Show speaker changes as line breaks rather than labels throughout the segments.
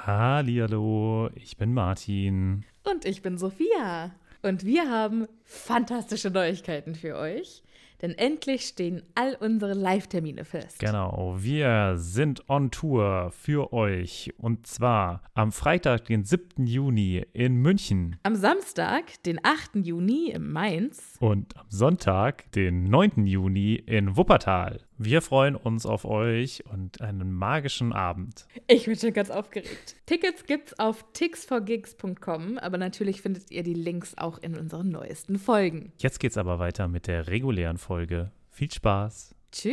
Hallihallo, ich bin Martin.
Und ich bin Sophia. Und wir haben fantastische Neuigkeiten für euch. Denn endlich stehen all unsere Live-Termine fest.
Genau, wir sind on Tour für euch. Und zwar am Freitag, den 7. Juni in München.
Am Samstag, den 8. Juni in Mainz.
Und am Sonntag, den 9. Juni in Wuppertal. Wir freuen uns auf euch und einen magischen Abend.
Ich bin schon ganz aufgeregt. Tickets gibt's auf tix4gigs.com, aber natürlich findet ihr die Links auch in unseren neuesten Folgen.
Jetzt geht's aber weiter mit der regulären Folge. Viel Spaß.
Tschüss.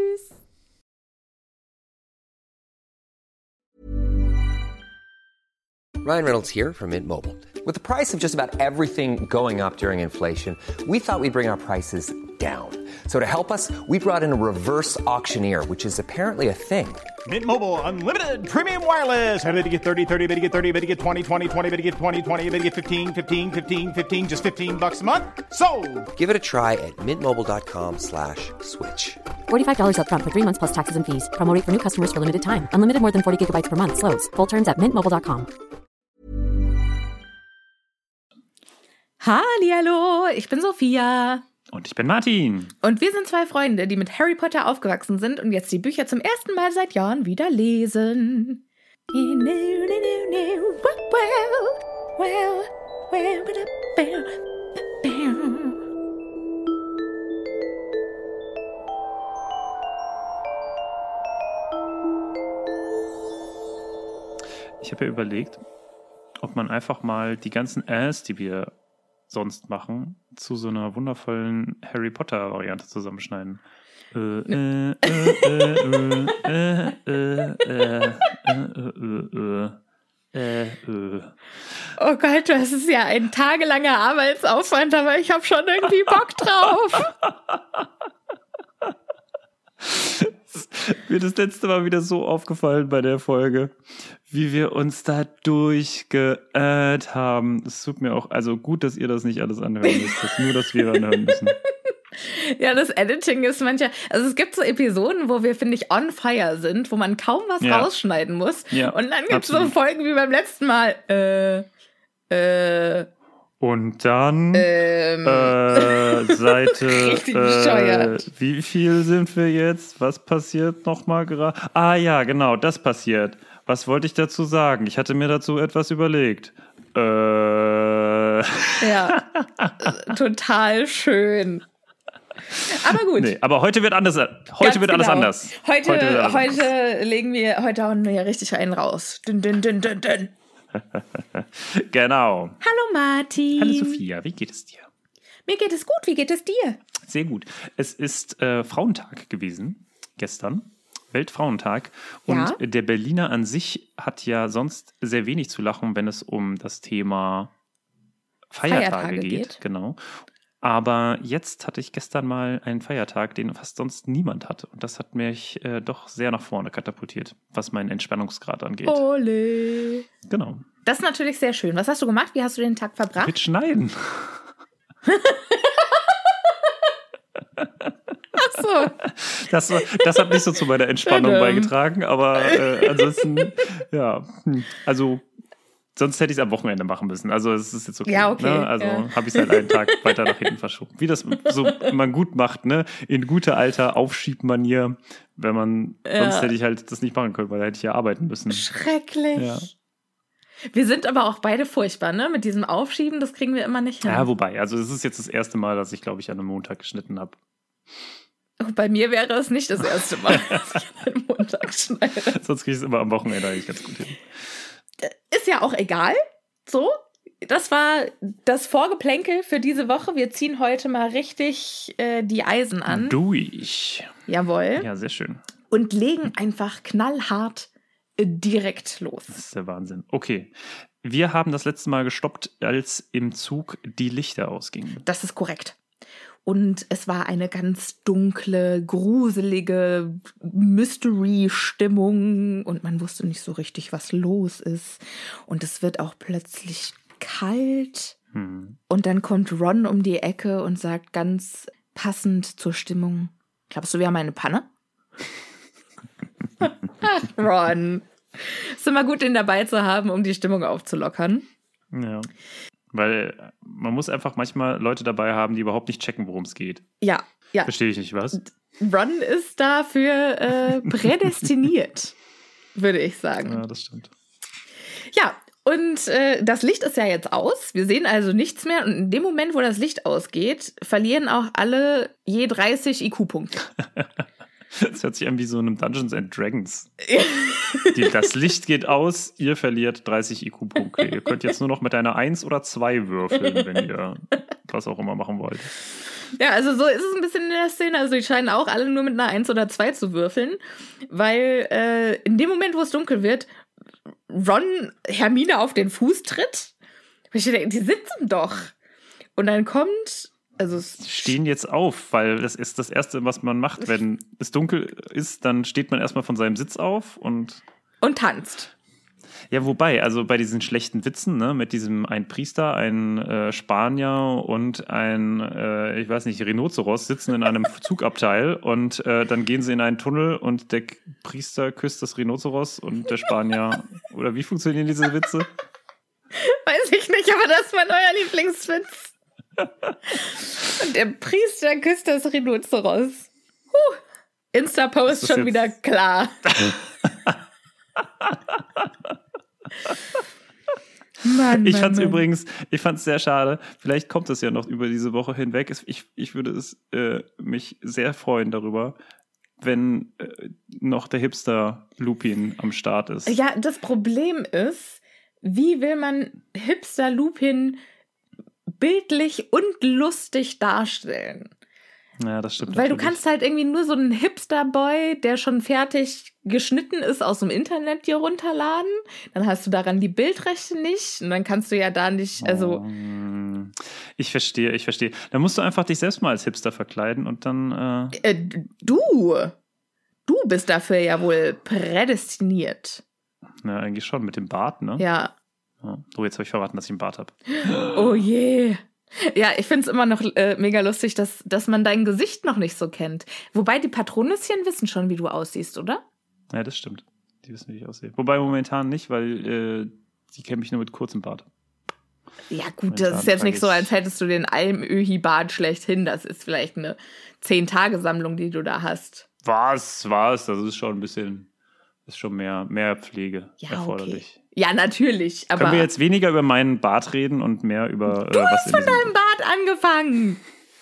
Ryan Reynolds here from Mint Mobile. With the price of just about everything going up during inflation, we thought we'd bring our prices down. So to help us, we brought in a reverse auctioneer, which is apparently a thing.
Mint Mobile Unlimited Premium Wireless. How to get 30, 30, bit to get 30, bit to get 20, 20, 20, bit to get 20, 20, bit to get 15, 15, 15, 15, just $15 a month? Sold!
Give it a try at mintmobile.com/switch.
$45 up front for 3 months plus taxes and fees. Promo rate for new customers for limited time. Unlimited more than 40 gigabytes per month. Slows full terms at mintmobile.com.
Hallihallo, ich bin Sophia.
Und ich bin Martin.
Und wir sind zwei Freunde, die mit Harry Potter aufgewachsen sind und jetzt die Bücher zum ersten Mal seit Jahren wieder lesen.
Ich habe ja überlegt, ob man einfach mal die ganzen die wir sonst machen, zu so einer wundervollen Harry Potter-Variante zusammenschneiden.
Oh Gott, das ist ja ein tagelanger Arbeitsaufwand, aber ich habe schon irgendwie Bock drauf.
Mir das letzte Mal wieder so aufgefallen bei der Folge, wie wir uns da durchgeirrt haben. Es tut mir auch, also gut, dass ihr das nicht alles anhören müsst, das nur, dass wir anhören müssen.
Ja, das Editing ist manchmal, also es gibt so Episoden, wo wir, finde ich, on fire sind, wo man kaum was rausschneiden muss. Ja, und dann gibt es so Folgen wie beim letzten Mal,
und dann Seite wie viel sind wir jetzt? Was passiert nochmal gerade? Ah ja, genau, das passiert. Was wollte ich dazu sagen? Ich hatte mir dazu etwas überlegt.
Ja, total schön. Aber gut. Nee,
aber heute wird anders. Heute wird alles anders.
Heute hauen wir ja richtig einen raus. Dün, dün, dün, dün, dün.
Genau.
Hallo Martin.
Hallo Sophia, wie geht es dir?
Mir geht es gut, wie geht es dir?
Sehr gut. Es ist Frauentag gewesen, gestern. Weltfrauentag. Und der Berliner an sich hat ja sonst sehr wenig zu lachen, wenn es um das Thema Feiertage geht. Genau. Aber jetzt hatte ich gestern mal einen Feiertag, den fast sonst niemand hatte. Und das hat mich doch sehr nach vorne katapultiert, was meinen Entspannungsgrad angeht.
Ole.
Genau.
Das ist natürlich sehr schön. Was hast du gemacht? Wie hast du den Tag verbracht?
Mit Schneiden.
Ach so.
Das hat nicht so zu meiner Entspannung beigetragen, aber ansonsten, ja, also sonst hätte ich es am Wochenende machen müssen. Also es ist jetzt okay.
Ja, okay.
Ne? Also habe ich es halt einen Tag weiter nach hinten verschoben. Wie das so man gut macht, ne? In guter alter Aufschiebmanier. Wenn man, sonst hätte ich halt das nicht machen können, weil da hätte ich ja arbeiten müssen.
Schrecklich.
Ja.
Wir sind aber auch beide furchtbar, ne? Mit diesem Aufschieben, das kriegen wir immer nicht hin.
Ja, wobei, also es ist jetzt das erste Mal, dass ich, glaube ich, an einem Montag geschnitten habe.
Bei mir wäre es nicht das erste Mal, dass ich an einem Montag schneide.
Sonst kriege ich es immer am Wochenende eigentlich ganz gut hin.
Ist ja auch egal. So, das war das Vorgeplänkel für diese Woche. Wir ziehen heute mal richtig die Eisen an.
Durch.
Jawohl.
Ja, sehr schön.
Und legen einfach knallhart direkt los.
Das ist der Wahnsinn. Okay. Wir haben das letzte Mal gestoppt, als im Zug die Lichter ausgingen.
Das ist korrekt. Und es war eine ganz dunkle, gruselige Mystery-Stimmung und man wusste nicht so richtig, was los ist. Und es wird auch plötzlich kalt. Und dann kommt Ron um die Ecke und sagt ganz passend zur Stimmung: Glaubst du, wir haben eine Panne? Ron. Ist immer gut, den dabei zu haben, um die Stimmung aufzulockern.
Ja, weil man muss einfach manchmal Leute dabei haben, die überhaupt nicht checken, worum es geht.
Ja.
Verstehe ich nicht, was?
Ron ist dafür prädestiniert, würde ich sagen.
Ja, das stimmt.
Ja, und das Licht ist ja jetzt aus. Wir sehen also nichts mehr. Und in dem Moment, wo das Licht ausgeht, verlieren auch alle je 30 IQ-Punkte.
Das hört sich an wie so einem Dungeons and Dragons. Das Licht geht aus, ihr verliert 30 IQ-Punkte. Ihr könnt jetzt nur noch mit einer 1 oder 2 würfeln, wenn ihr was auch immer machen wollt.
Ja, also so ist es ein bisschen in der Szene. Also die scheinen auch alle nur mit einer 1 oder 2 zu würfeln. Weil in dem Moment, wo es dunkel wird, Ron Hermine auf den Fuß tritt. Ich denke, die sitzen doch. Und dann kommt... Sie
stehen jetzt auf, weil das ist das Erste, was man macht. Wenn es dunkel ist, dann steht man erstmal von seinem Sitz auf und
tanzt.
Ja, wobei, also bei diesen schlechten Witzen, ne, mit diesem ein Priester, ein Spanier und ein, ich weiß nicht, Rhinoceros sitzen in einem Zugabteil und dann gehen sie in einen Tunnel und der Priester küsst das Rhinoceros und der Spanier, oder wie funktionieren diese Witze?
Weiß ich nicht, aber das war euer Lieblingswitz. Und der Priester küsst das Rhinoceros. Insta-Post schon wieder klar.
Ich fand es übrigens, sehr schade. Vielleicht kommt es ja noch über diese Woche hinweg. Ich würde es mich sehr freuen darüber, wenn noch der Hipster Lupin am Start ist.
Ja, das Problem ist, wie will man Hipster Lupin bildlich und lustig darstellen?
Ja, das stimmt.
Weil
natürlich.
Du kannst halt irgendwie nur so einen Hipster-Boy, der schon fertig geschnitten ist, aus dem Internet dir runterladen. Dann hast du daran die Bildrechte nicht und dann kannst du ja da nicht, also...
Ich verstehe. Dann musst du einfach dich selbst mal als Hipster verkleiden und dann...
Du bist dafür ja wohl prädestiniert.
Ja, eigentlich schon, mit dem Bart, ne?
Ja.
So, jetzt habe ich verraten, dass ich einen Bart habe.
Oh je. Ja, ich finde es immer noch mega lustig, dass man dein Gesicht noch nicht so kennt. Wobei die Patronüschen wissen schon, wie du aussiehst, oder?
Ja, das stimmt. Die wissen, wie ich aussehe. Wobei momentan nicht, weil die kennen mich nur mit kurzem Bart.
Ja gut, das ist jetzt nicht so, als hättest du den Almöhi-Bart schlechthin. Das ist vielleicht eine 10-Tage-Sammlung, die du da hast.
Was? Das ist schon ein bisschen... Ist schon mehr Pflege erforderlich.
Okay. Ja, natürlich. Aber
können wir jetzt weniger über meinen Bart reden und mehr über
du hast von deinem Bart angefangen.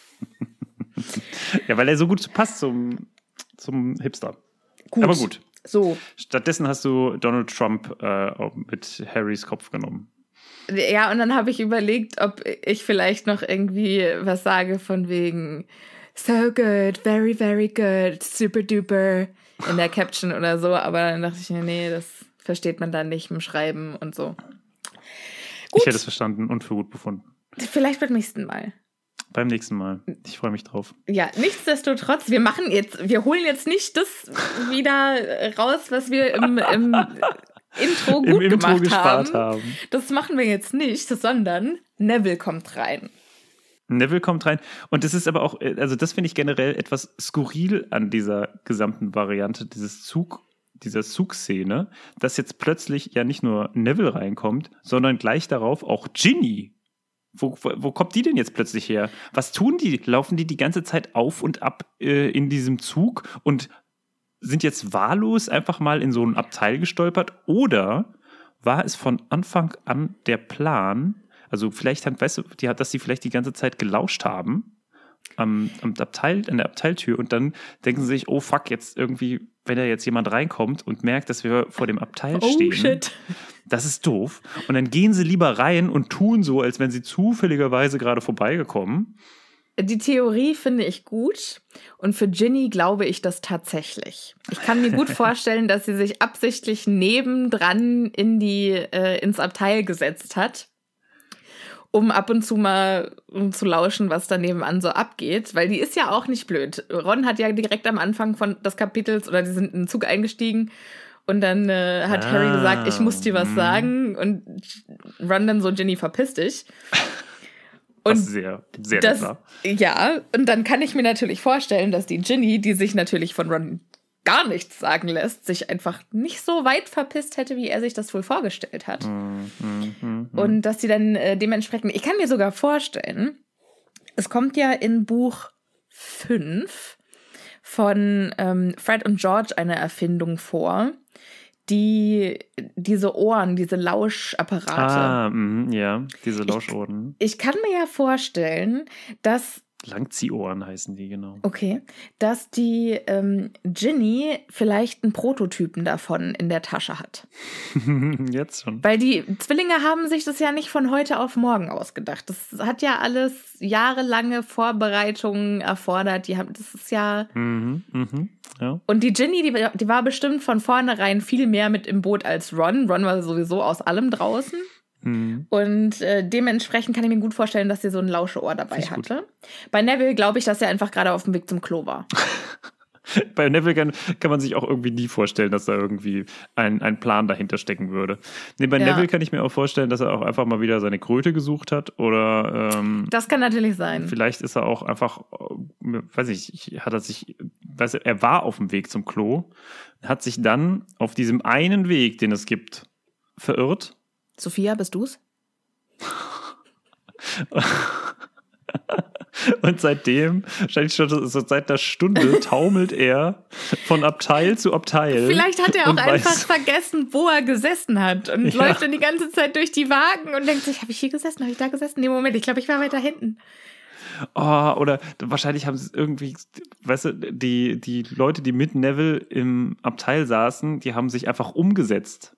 Ja, weil er so gut passt zum Hipster.
Gut.
Aber gut.
So.
Stattdessen hast du Donald Trump mit Harrys Kopf genommen.
Ja, und dann habe ich überlegt, ob ich vielleicht noch irgendwie was sage von wegen so good, very, very good, super duper in der Caption oder so, aber dann dachte ich mir, nee, das versteht man dann nicht im Schreiben und so. Gut.
Ich hätte es verstanden und für gut befunden.
Vielleicht beim nächsten Mal.
Beim nächsten Mal. Ich freue mich drauf.
Ja, nichtsdestotrotz, wir holen jetzt nicht das wieder raus, was wir im Intro gut gemacht haben. Das machen wir jetzt nicht, sondern Neville kommt rein.
Und das ist aber auch, also das finde ich generell etwas skurril an dieser gesamten Variante, dieser Zugszene, dass jetzt plötzlich ja nicht nur Neville reinkommt, sondern gleich darauf auch Ginny. Wo kommt die denn jetzt plötzlich her? Was tun die? Laufen die ganze Zeit auf und ab in diesem Zug und sind jetzt wahllos einfach mal in so ein Abteil gestolpert? Oder war es von Anfang an der Plan, also vielleicht dass sie vielleicht die ganze Zeit gelauscht haben an der Abteiltür und dann denken sie sich, oh fuck, jetzt irgendwie, wenn da jetzt jemand reinkommt und merkt, dass wir vor dem Abteil stehen,
shit.
Das ist doof. Und dann gehen sie lieber rein und tun so, als wenn sie zufälligerweise gerade vorbeigekommen.
Die Theorie finde ich gut und für Ginny glaube ich das tatsächlich. Ich kann mir gut vorstellen, dass sie sich absichtlich nebendran ins Abteil gesetzt hat, um ab und zu mal zu lauschen, was da nebenan so abgeht, weil die ist ja auch nicht blöd. Ron hat ja direkt am Anfang des Kapitels, oder die sind in den Zug eingestiegen und dann hat Harry gesagt, ich muss dir was sagen und Ron dann so, Ginny, verpiss dich. Und
das sehr, sehr nett war.
Ja, und dann kann ich mir natürlich vorstellen, dass die Ginny, die sich natürlich von Ron gar nichts sagen lässt, sich einfach nicht so weit verpisst hätte, wie er sich das wohl vorgestellt hat. Und dass sie dann dementsprechend, ich kann mir sogar vorstellen, es kommt ja in Buch 5 von Fred und George eine Erfindung vor, diese Ohren, diese Lauschapparate.
Ja, diese Lauschohren.
Ich kann mir ja vorstellen, dass
Langziehohren heißen die, genau.
Okay, dass die Ginny vielleicht einen Prototypen davon in der Tasche hat.
Jetzt schon.
Weil die Zwillinge haben sich das ja nicht von heute auf morgen ausgedacht. Das hat ja alles jahrelange Vorbereitungen erfordert. Das ist ja...
Ja.
Und die Ginny, die war bestimmt von vornherein viel mehr mit im Boot als Ron. Ron war sowieso aus allem draußen. Und dementsprechend kann ich mir gut vorstellen, dass sie so ein Lauscheohr dabei hatte. Gut. Bei Neville glaube ich, dass er einfach gerade auf dem Weg zum Klo war.
Bei Neville kann man sich auch irgendwie nie vorstellen, dass da irgendwie ein Plan dahinter stecken würde. Nee, bei Neville kann ich mir auch vorstellen, dass er auch einfach mal wieder seine Kröte gesucht hat oder
das kann natürlich sein.
Vielleicht ist er auch einfach, er war auf dem Weg zum Klo, hat sich dann auf diesem einen Weg, den es gibt, verirrt.
Sophia, bist du's?
Und seitdem, wahrscheinlich schon so seit einer Stunde, taumelt er von Abteil zu Abteil.
Vielleicht hat er auch einfach vergessen, wo er gesessen hat und läuft dann die ganze Zeit durch die Wagen und denkt sich, habe ich hier gesessen, habe ich da gesessen? Nee, Moment, ich glaube, ich war weiter hinten.
Oh, oder wahrscheinlich haben sie irgendwie, weißt du, die Leute, die mit Neville im Abteil saßen, die haben sich einfach umgesetzt.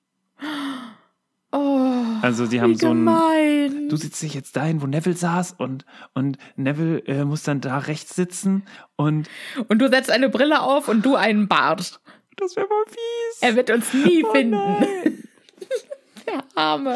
Oh,
also die haben so
ein,
du sitzt dich jetzt dahin, wo Neville saß und Neville muss dann da rechts sitzen und
du setzt eine Brille auf und du einen Bart.
Das wäre wohl fies.
Er wird uns nie finden. Der Arme.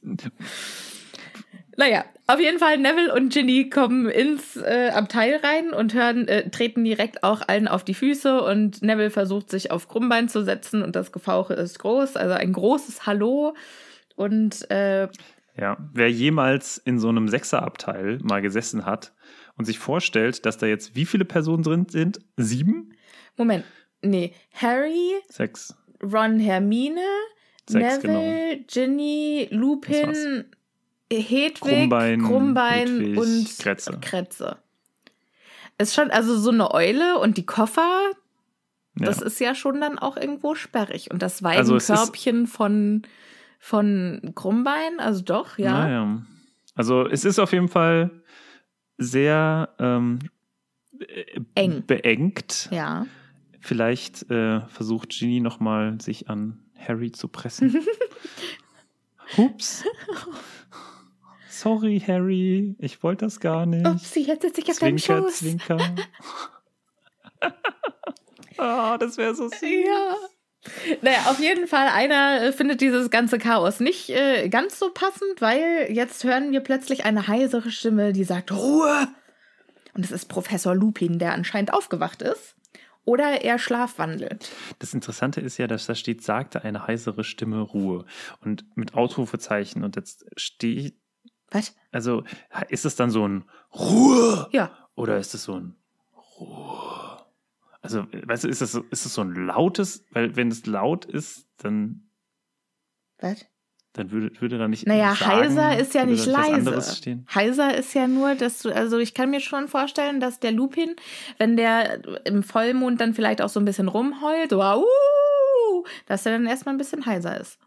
Naja, auf jeden Fall, Neville und Ginny kommen ins Abteil rein und treten direkt auch allen auf die Füße und Neville versucht sich auf Krummbein zu setzen und das Gefauche ist groß, also ein großes Hallo. Und
wer jemals in so einem Sechserabteil mal gesessen hat und sich vorstellt, dass da jetzt wie viele Personen drin sind? 7?
Moment, nee. Harry,
6.
Ron, Hermine,
6,
Neville, genau. Ginny, Lupin, Hedwig, Krummbein und Kretze. Ist schon, also so eine Eule und die Koffer, das ist ja schon dann auch irgendwo sperrig. Und das Weidenkörbchen von Krummbein, also doch, ja.
Naja. Also es ist auf jeden Fall sehr beengt.
Ja.
Vielleicht versucht Ginny nochmal sich an Harry zu pressen. Hups. Sorry, Harry, ich wollte das gar nicht.
Upsi, jetzt sitze ich auf deinem Schoß.
Zwinker. Das wäre so süß.
Ja. Naja, auf jeden Fall, einer findet dieses ganze Chaos nicht ganz so passend, weil jetzt hören wir plötzlich eine heisere Stimme, die sagt, Ruhe! Und es ist Professor Lupin, der anscheinend aufgewacht ist. Oder er schlafwandelt.
Das Interessante ist ja, dass da steht, sagte eine heisere Stimme Ruhe. Und mit Ausrufezeichen. Und jetzt stehe ich...
Was?
Also, ist es dann so ein Ruhe?
Ja.
Oder ist es so ein Ruhe? Also, weißt du, ist es so ein lautes, weil wenn es laut ist, dann...
Was?
Dann würde da nicht...
Naja,
sagen,
heiser ist ja nicht leise.
Stehen.
Heiser ist ja nur, dass du, also ich kann mir schon vorstellen, dass der Lupin, wenn der im Vollmond dann vielleicht auch so ein bisschen rumheult, so, dass er dann erstmal ein bisschen heiser ist.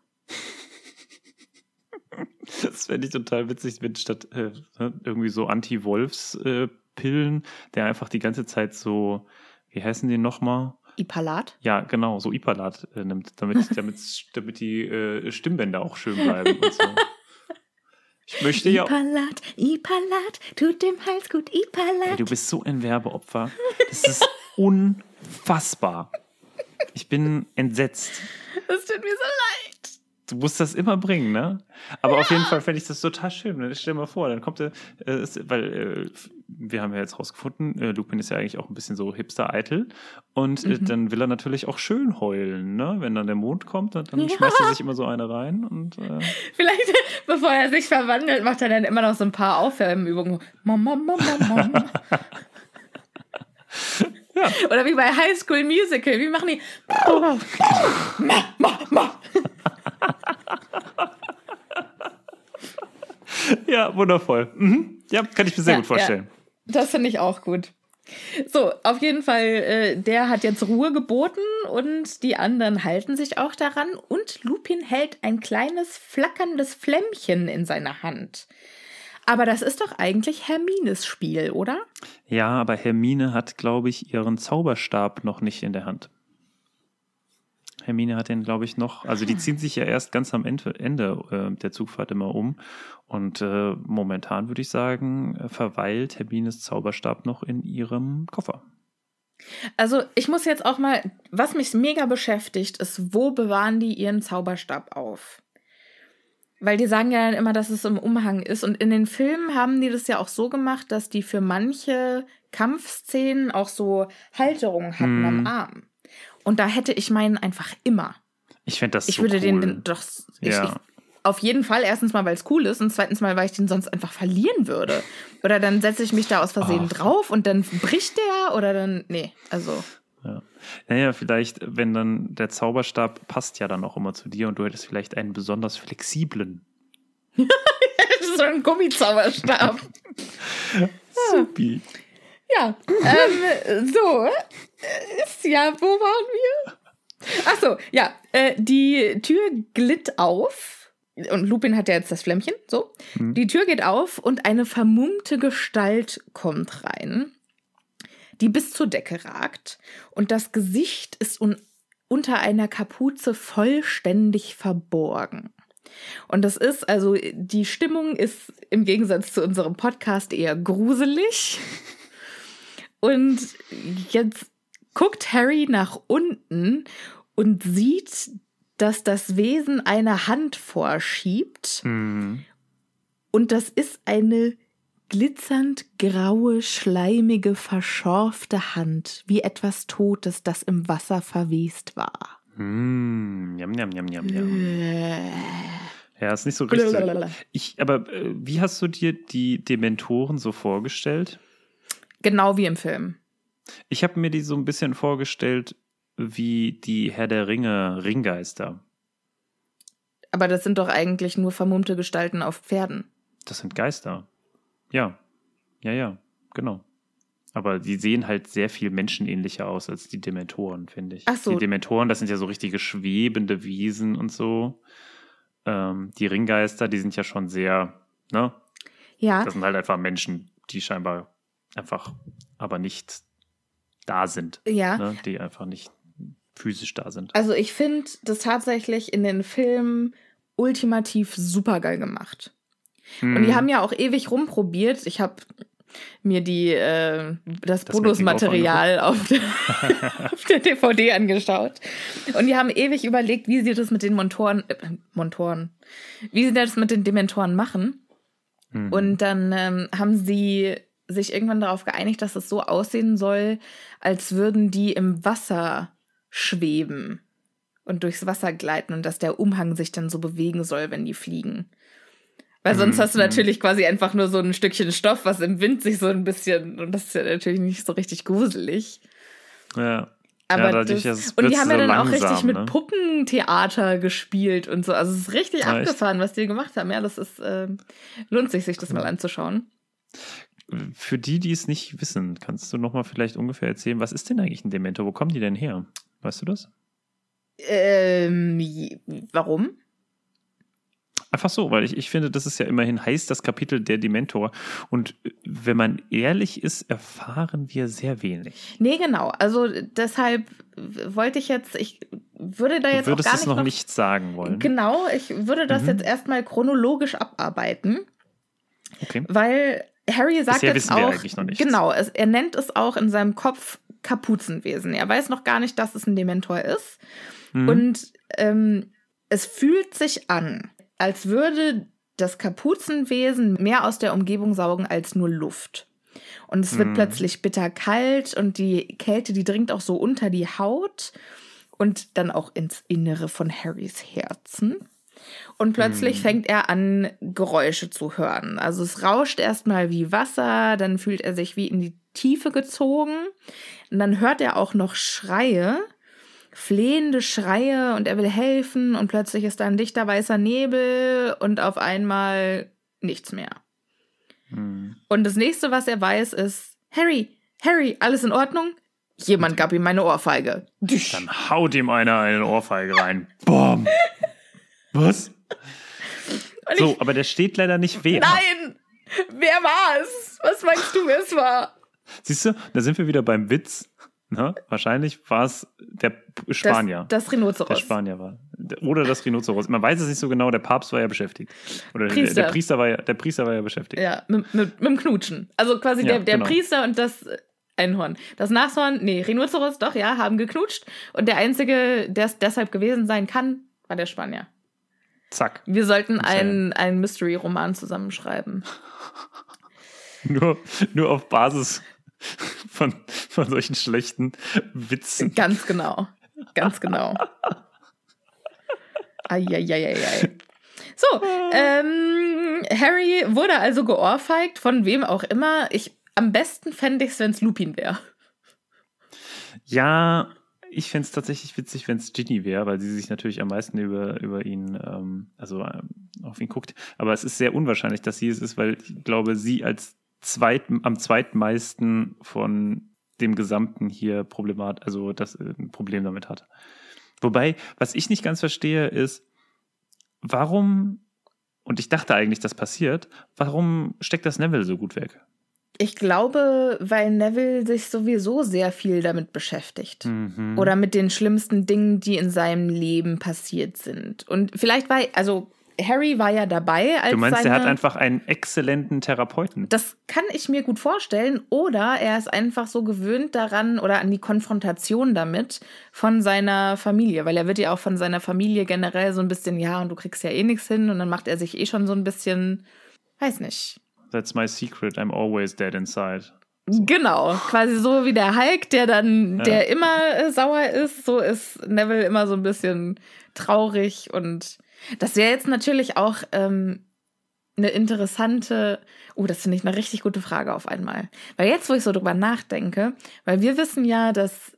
Das fände ich total witzig, wenn statt irgendwie so Anti-Wolfs-Pillen, der einfach die ganze Zeit so, wie heißen die nochmal?
Ipalat?
Ja, genau, so Ipalat nimmt, damit die Stimmbänder auch schön bleiben und so. Ich möchte
Ipalat, tut dem Hals gut, Ipalat.
Ey, du bist so ein Werbeopfer. Das ist unfassbar. Ich bin entsetzt.
Das tut mir so leid.
Du musst das immer bringen, ne? Aber auf jeden Fall fände ich das total schön. Ne? Stell dir mal vor, dann kommt weil wir haben ja jetzt rausgefunden, Lupin ist ja eigentlich auch ein bisschen so hipster-eitel und dann will er natürlich auch schön heulen, ne? Wenn dann der Mond kommt, dann schmeißt er sich immer so eine rein und
vielleicht, bevor er sich verwandelt, macht er dann immer noch so ein paar Aufwärmübungen.
Ja.
Oder wie bei High School Musical. Wie machen die?
Ja, wundervoll. Mhm. Ja, kann ich mir sehr gut vorstellen.
Ja, das finde ich auch gut. So, auf jeden Fall, der hat jetzt Ruhe geboten und die anderen halten sich auch daran. Und Lupin hält ein kleines flackerndes Flämmchen in seiner Hand. Aber das ist doch eigentlich Hermines Spiel, oder?
Ja, aber Hermine hat, glaube ich, ihren Zauberstab noch nicht in der Hand. Hermine hat den, glaube ich, noch, also die ziehen sich ja erst ganz am Ende der Zugfahrt immer um. Und momentan würde ich sagen, verweilt Hermines Zauberstab noch in ihrem Koffer.
Also ich muss jetzt auch mal, was mich mega beschäftigt, ist, wo bewahren die ihren Zauberstab auf? Weil die sagen ja immer, dass es im Umhang ist. Und in den Filmen haben die das ja auch so gemacht, dass die für manche Kampfszenen auch so Halterungen hatten am Arm. Und da hätte ich meinen einfach immer.
Ich fände das so
Ich würde
cool.
den doch... Auf jeden Fall, erstens mal, weil es cool ist und zweitens mal, weil ich den sonst einfach verlieren würde. Oder dann setze ich mich da aus Versehen drauf und dann bricht der oder dann... Nee, also...
Ja. Naja, vielleicht, wenn dann der Zauberstab passt ja dann auch immer zu dir und du hättest vielleicht einen besonders flexiblen.
So ein Gummizauberstab.
Supi.
Ja, so, ist ja, wo waren wir? Ach so, ja, die Tür glitt auf und Lupin hat ja jetzt das Flämmchen, so. Die Tür geht auf und eine vermummte Gestalt kommt rein, die bis zur Decke ragt und das Gesicht ist unter einer Kapuze vollständig verborgen. Und das ist, also die Stimmung ist im Gegensatz zu unserem Podcast eher gruselig. Und jetzt guckt Harry nach unten und sieht, dass das Wesen eine Hand vorschiebt. Und das ist eine glitzernd graue, schleimige, verschorfte Hand, wie etwas Totes, das im Wasser verwest war.
Yum, yum, yum, yum, yum. Ja, ist nicht so richtig. Aber wie hast du dir die Dementoren so vorgestellt?
Genau wie im Film.
Ich habe mir die so ein bisschen vorgestellt wie die Herr der Ringe Ringgeister.
Aber das sind doch eigentlich nur vermummte Gestalten auf Pferden.
Das sind Geister. Ja, genau. Aber die sehen halt sehr viel menschenähnlicher aus als die Dementoren, finde ich.
Ach so.
Die Dementoren, das sind ja so richtige schwebende Wesen und so. Die Ringgeister, die sind ja schon sehr, ne?
Ja.
Das sind halt einfach Menschen, die scheinbar einfach aber nicht da sind.
Ja.
Ne? Die einfach nicht physisch da sind.
Also ich finde das tatsächlich in den Filmen ultimativ supergeil gemacht. Und die haben ja auch ewig rumprobiert. Ich habe mir das Bonusmaterial auf der DVD angeschaut. Und die haben ewig überlegt, wie sie das mit den wie sie das mit den Dementoren machen. Und dann haben sie sich irgendwann darauf geeinigt, dass es so aussehen soll, als würden die im Wasser schweben und durchs Wasser gleiten und dass der Umhang sich dann so bewegen soll, wenn die fliegen. Weil sonst hast du natürlich quasi einfach nur so ein Stückchen Stoff, was im Wind sich so ein bisschen, und das ist ja natürlich nicht so richtig gruselig.
Ja.
Aber
ja,
und die haben ja dann auch richtig mit Puppentheater gespielt und so. Also es ist richtig abgefahren, was die gemacht haben. Ja, das ist lohnt sich das mal anzuschauen.
Für die es nicht wissen, kannst du noch mal vielleicht ungefähr erzählen, was ist denn eigentlich ein Dementor? Wo kommen die denn her? Weißt du das?
Warum?
Einfach so, weil ich finde, das ist ja immerhin heißt das Kapitel der Dementor. Und wenn man ehrlich ist, erfahren wir sehr wenig.
Nee, genau. Also deshalb wollte ich jetzt, ich würde da jetzt auch gar nicht...
Du würdest es noch nicht sagen wollen.
Genau, ich würde das jetzt erstmal chronologisch abarbeiten.
Okay.
Weil Harry sagt
bisher
jetzt
wissen
auch...
wir eigentlich noch nichts.
Genau, er nennt es auch in seinem Kopf Kapuzenwesen. Er weiß noch gar nicht, dass es ein Dementor ist. Und es fühlt sich an, als würde das Kapuzenwesen mehr aus der Umgebung saugen als nur Luft. Und es wird plötzlich bitterkalt und die Kälte, die dringt auch so unter die Haut und dann auch ins Innere von Harrys Herzen. Und plötzlich fängt er an, Geräusche zu hören. Also es rauscht erstmal wie Wasser, dann fühlt er sich wie in die Tiefe gezogen. Und dann hört er auch noch Schreie, flehende Schreie, und er will helfen, und plötzlich ist da ein dichter weißer Nebel und auf einmal nichts mehr. Und das nächste, was er weiß, ist: Harry, alles in Ordnung? Jemand gab ihm eine Ohrfeige.
Dann haut ihm einer eine Ohrfeige rein. Boom. Was? So, aber der steht leider nicht wer.
Nein! Wer war es? Was meinst du, wer es war?
Siehst du, da sind wir wieder beim Witz. Ne? Wahrscheinlich war es der Spanier.
Das Rhinoceros.
Der Spanier war. Oder das Rhinoceros. Man weiß es nicht so genau, der Papst war ja beschäftigt. Oder
Priester.
Der Priester war ja beschäftigt.
Ja, mit dem Knutschen. Also quasi der
genau.
Priester und das Einhorn. Das Nashorn, Rhinoceros, doch, ja, haben geknutscht. Und der Einzige, der es deshalb gewesen sein kann, war der Spanier.
Zack.
Wir sollten einen Mystery-Roman zusammenschreiben.
Nur auf Basis von solchen schlechten Witzen.
Ganz genau. Eieieiei. So, Harry wurde also geohrfeigt, von wem auch immer. Am besten fände ich es, wenn es Lupin wäre.
Ja, ich fände es tatsächlich witzig, wenn es Ginny wäre, weil sie sich natürlich am meisten über ihn, auf ihn guckt. Aber es ist sehr unwahrscheinlich, dass sie es ist, weil ich glaube, sie als am zweitmeisten von dem Gesamten hier ein Problem damit hat. Wobei, was ich nicht ganz verstehe, ist, warum, und ich dachte eigentlich, das passiert, warum steckt das Neville so gut weg?
Ich glaube, weil Neville sich sowieso sehr viel damit beschäftigt. Oder mit den schlimmsten Dingen, die in seinem Leben passiert sind. Und vielleicht Harry war ja dabei, als
du meinst, er hat einfach einen exzellenten Therapeuten?
Das kann ich mir gut vorstellen. Oder er ist einfach so gewöhnt daran oder an die Konfrontation damit von seiner Familie. Weil er wird ja auch von seiner Familie generell so ein bisschen, ja, und du kriegst ja eh nichts hin. Und dann macht er sich schon so ein bisschen, weiß nicht.
That's my secret, I'm always dead inside.
So. Genau, quasi so wie der Hulk, der immer sauer ist, so ist Neville immer so ein bisschen traurig. Und das wäre jetzt natürlich auch eine interessante, das finde ich eine richtig gute Frage auf einmal. Weil jetzt, wo ich so drüber nachdenke, weil wir wissen ja, dass,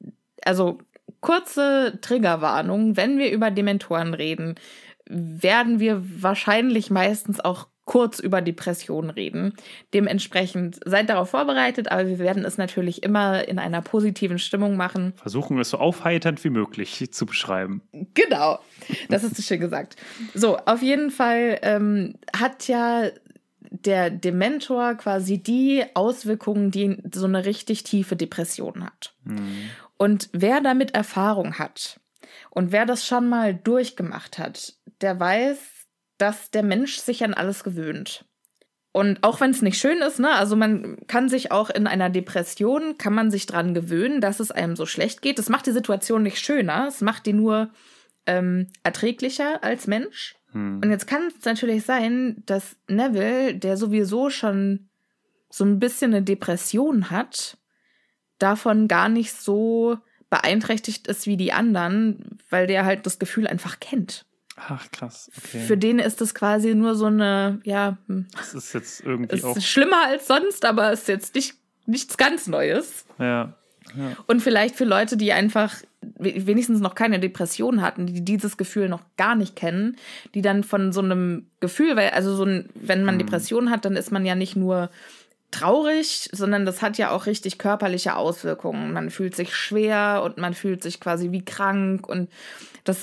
kurze Triggerwarnung, wenn wir über Dementoren reden, werden wir wahrscheinlich meistens auch kurz über Depressionen reden. Dementsprechend seid darauf vorbereitet, aber wir werden es natürlich immer in einer positiven Stimmung machen.
Versuchen es so aufheiternd wie möglich zu beschreiben.
Genau, das ist so schön gesagt. So, auf jeden Fall hat ja der Dementor quasi die Auswirkungen, die so eine richtig tiefe Depression hat. Und wer damit Erfahrung hat und wer das schon mal durchgemacht hat, der weiß, dass der Mensch sich an alles gewöhnt. Und auch wenn es nicht schön ist, ne, also man kann sich auch in einer Depression, kann man sich dran gewöhnen, dass es einem so schlecht geht. Das macht die Situation nicht schöner, es macht die nur erträglicher als Mensch. Und jetzt kann es natürlich sein, dass Neville, der sowieso schon so ein bisschen eine Depression hat, davon gar nicht so beeinträchtigt ist wie die anderen, weil der halt das Gefühl einfach kennt.
Ach, krass. Okay.
Für den ist das quasi nur so eine,
das ist jetzt irgendwie auch...
Es ist schlimmer als sonst, aber es ist jetzt nichts ganz Neues.
Ja.
Und vielleicht für Leute, die einfach wenigstens noch keine Depression hatten, die dieses Gefühl noch gar nicht kennen, die dann von so einem Gefühl, weil wenn man Depression hat, dann ist man ja nicht nur traurig, sondern das hat ja auch richtig körperliche Auswirkungen. Man fühlt sich schwer und man fühlt sich quasi wie krank und das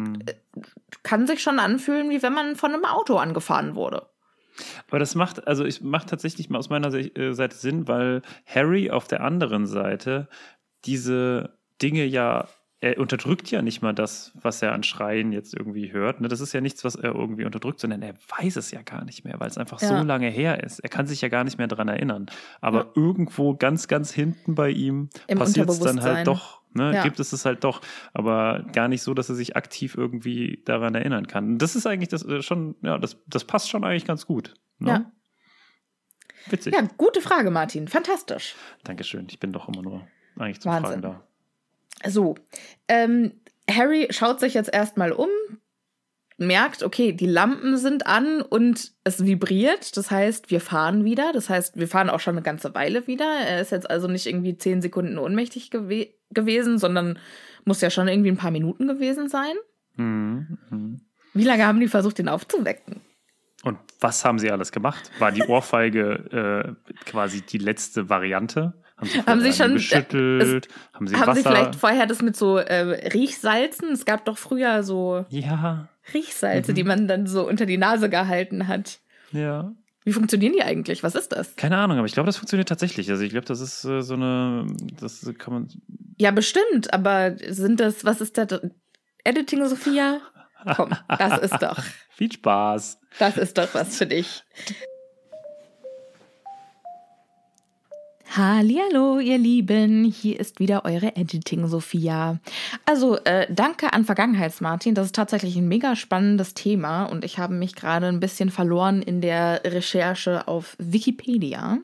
kann sich schon anfühlen, wie wenn man von einem Auto angefahren wurde.
Aber das macht tatsächlich mal aus meiner Seite Sinn, weil Harry auf der anderen Seite diese Dinge er unterdrückt ja nicht mal das, was er an Schreien jetzt irgendwie hört. Ne? Das ist ja nichts, was er irgendwie unterdrückt, sondern er weiß es ja gar nicht mehr, weil es einfach so lange her ist. Er kann sich ja gar nicht mehr daran erinnern. Aber irgendwo ganz, ganz hinten bei ihm passiert es dann halt doch. Ne? Gibt es halt doch. Aber gar nicht so, dass er sich aktiv irgendwie daran erinnern kann. Das ist eigentlich das passt schon eigentlich ganz gut. Ne?
Ja.
Witzig.
Ja, gute Frage, Martin. Fantastisch.
Dankeschön. Ich bin doch immer nur eigentlich zum
Wahnsinn.
Fragen da.
So, Harry schaut sich jetzt erstmal um, merkt, okay, die Lampen sind an und es vibriert. Das heißt, wir fahren wieder. Das heißt, wir fahren auch schon eine ganze Weile wieder. Er ist jetzt also nicht irgendwie 10 Sekunden ohnmächtig gewesen, sondern muss ja schon irgendwie ein paar Minuten gewesen sein. Wie lange haben die versucht, den aufzuwecken?
Und was haben sie alles gemacht? War die Ohrfeige quasi die letzte Variante? Haben sie schon geschüttelt? Haben sie vielleicht vorher das mit so Riechsalzen? Es gab doch früher so Riechsalze, die man dann so unter die Nase gehalten hat. Ja.
Wie funktionieren die eigentlich? Was ist das?
Keine Ahnung, aber ich glaube, das funktioniert tatsächlich. Also ich glaube, das ist so eine, das kann man...
Ja, bestimmt, aber was ist das? Editing, Sophia? Komm, das ist doch...
Viel Spaß.
Das ist doch was für dich. Hallihallo, ihr Lieben, hier ist wieder eure Editing-Sophia. Also, danke an Vergangenheits-Martin, das ist tatsächlich ein mega spannendes Thema und ich habe mich gerade ein bisschen verloren in der Recherche auf Wikipedia.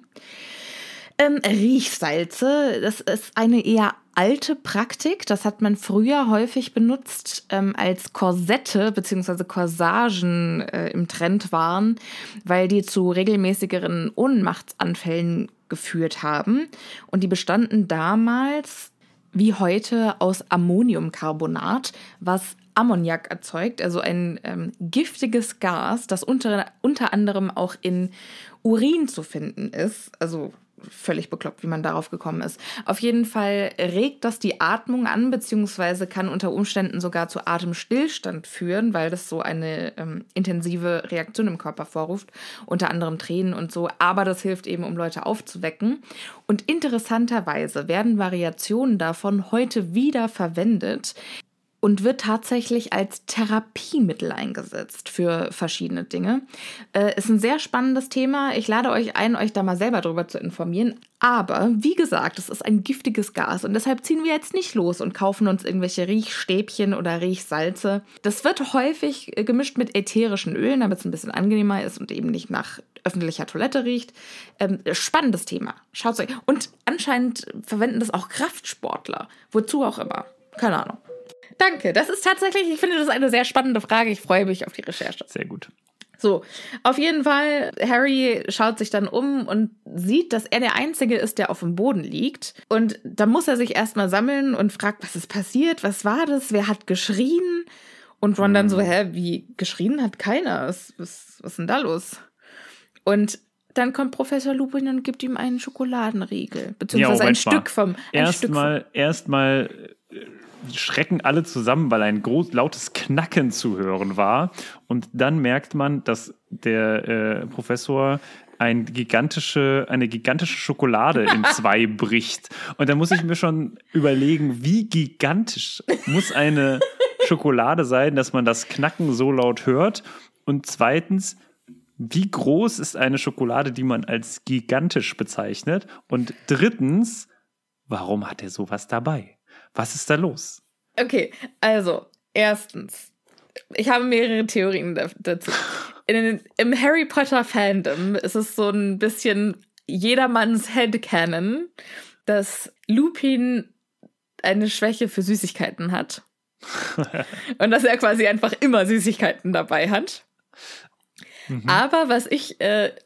Riechsalze, das ist eine eher alte Praktik, das hat man früher häufig benutzt, als Korsette bzw. Corsagen im Trend waren, weil die zu regelmäßigeren Ohnmachtsanfällen geführt haben. Und die bestanden damals, wie heute, aus Ammoniumcarbonat, was Ammoniak erzeugt, also ein giftiges Gas, das unter anderem auch in Urin zu finden ist. Also völlig bekloppt, wie man darauf gekommen ist. Auf jeden Fall regt das die Atmung an, beziehungsweise kann unter Umständen sogar zu Atemstillstand führen, weil das so eine intensive Reaktion im Körper vorruft, unter anderem Tränen und so. Aber das hilft eben, um Leute aufzuwecken. Und interessanterweise werden Variationen davon heute wieder verwendet und wird tatsächlich als Therapiemittel eingesetzt für verschiedene Dinge. Ist ein sehr spannendes Thema. Ich lade euch ein, euch da mal selber drüber zu informieren. Aber wie gesagt, es ist ein giftiges Gas und deshalb ziehen wir jetzt nicht los und kaufen uns irgendwelche Riechstäbchen oder Riechsalze. Das wird häufig gemischt mit ätherischen Ölen, damit es ein bisschen angenehmer ist und eben nicht nach öffentlicher Toilette riecht. Spannendes Thema. Schaut's euch. Und anscheinend verwenden das auch Kraftsportler. Wozu auch immer. Keine Ahnung. Danke, das ist tatsächlich, ich finde das eine sehr spannende Frage. Ich freue mich auf die Recherche.
Sehr gut.
So, auf jeden Fall, Harry schaut sich dann um und sieht, dass er der Einzige ist, der auf dem Boden liegt. Und da muss er sich erstmal sammeln und fragt, was ist passiert? Was war das? Wer hat geschrien? Und Ron dann so, wie geschrien hat keiner? Was ist denn da los? Und dann kommt Professor Lupin und gibt ihm einen Schokoladenriegel. Beziehungsweise ein Stück vom...
Erstmal schrecken alle zusammen, weil ein lautes Knacken zu hören war. Und dann merkt man, dass der Professor eine gigantische Schokolade in zwei bricht. Und da muss ich mir schon überlegen, wie gigantisch muss eine Schokolade sein, dass man das Knacken so laut hört. Und zweitens, wie groß ist eine Schokolade, die man als gigantisch bezeichnet? Und drittens, warum hat er sowas dabei? Was ist da los?
Okay, also, erstens, ich habe mehrere Theorien dazu. Im Harry Potter Fandom ist es so ein bisschen jedermanns Headcanon, dass Lupin eine Schwäche für Süßigkeiten hat. Und dass er quasi einfach immer Süßigkeiten dabei hat. Aber was ich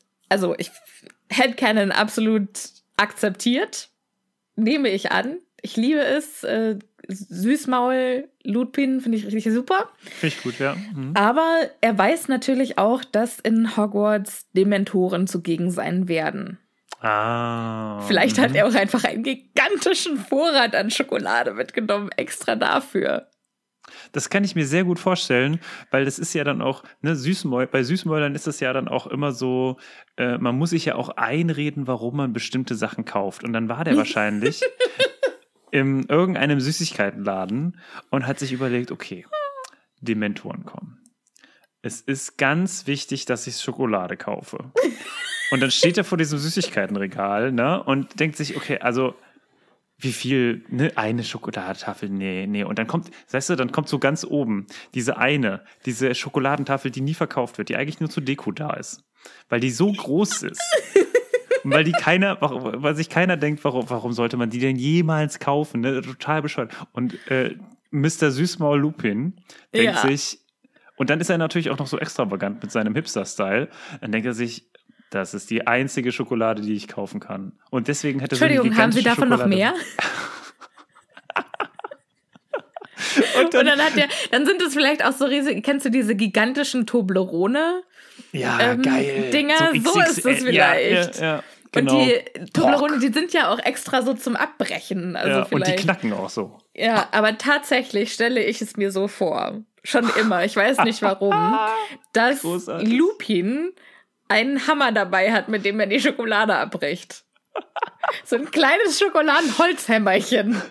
Headcanon absolut akzeptiert, nehme ich an. Ich liebe es. Süßmaul, Lupin finde ich richtig super.
Finde ich gut, ja.
Aber er weiß natürlich auch, dass in Hogwarts Dementoren zugegen sein werden. Vielleicht hat er auch einfach einen gigantischen Vorrat an Schokolade mitgenommen, extra dafür.
Das kann ich mir sehr gut vorstellen, weil das ist ja dann auch, ne, bei Süßmäulern ist das ja dann auch immer so, man muss sich ja auch einreden, warum man bestimmte Sachen kauft. Und dann war der wahrscheinlich in irgendeinem Süßigkeitenladen und hat sich überlegt, okay, Dementoren kommen. Es ist ganz wichtig, dass ich Schokolade kaufe. Und dann steht er vor diesem Süßigkeitenregal, ne, und denkt sich, okay, also wie viel, ne, eine Schokoladentafel, nee. Und dann kommt so ganz oben diese Schokoladentafel, die nie verkauft wird, die eigentlich nur zur Deko da ist. Weil die so groß ist. Und weil sich keiner denkt, warum sollte man die denn jemals kaufen? Ne? Total bescheuert. Und Mr. Süßmaul Lupin denkt sich, Und dann ist er natürlich auch noch so extravagant mit seinem Hipster-Style. Dann denkt er sich, das ist die einzige Schokolade, die ich kaufen kann. Und deswegen hätte so eine
Entschuldigung, haben Sie davon
Schokolade
noch mehr? Und dann sind es vielleicht auch so riesige, kennst du diese gigantischen Toblerone?
Geil.
Dinger, so ist es vielleicht.
Ja, genau.
Und die Toblerone, die sind ja auch extra so zum Abbrechen. Also
und die knacken auch so.
Ja, aber tatsächlich stelle ich es mir so vor, schon immer, ich weiß nicht warum, dass
Großartig.
Lupin einen Hammer dabei hat, mit dem er die Schokolade abbricht. So ein kleines Schokoladenholzhämmerchen.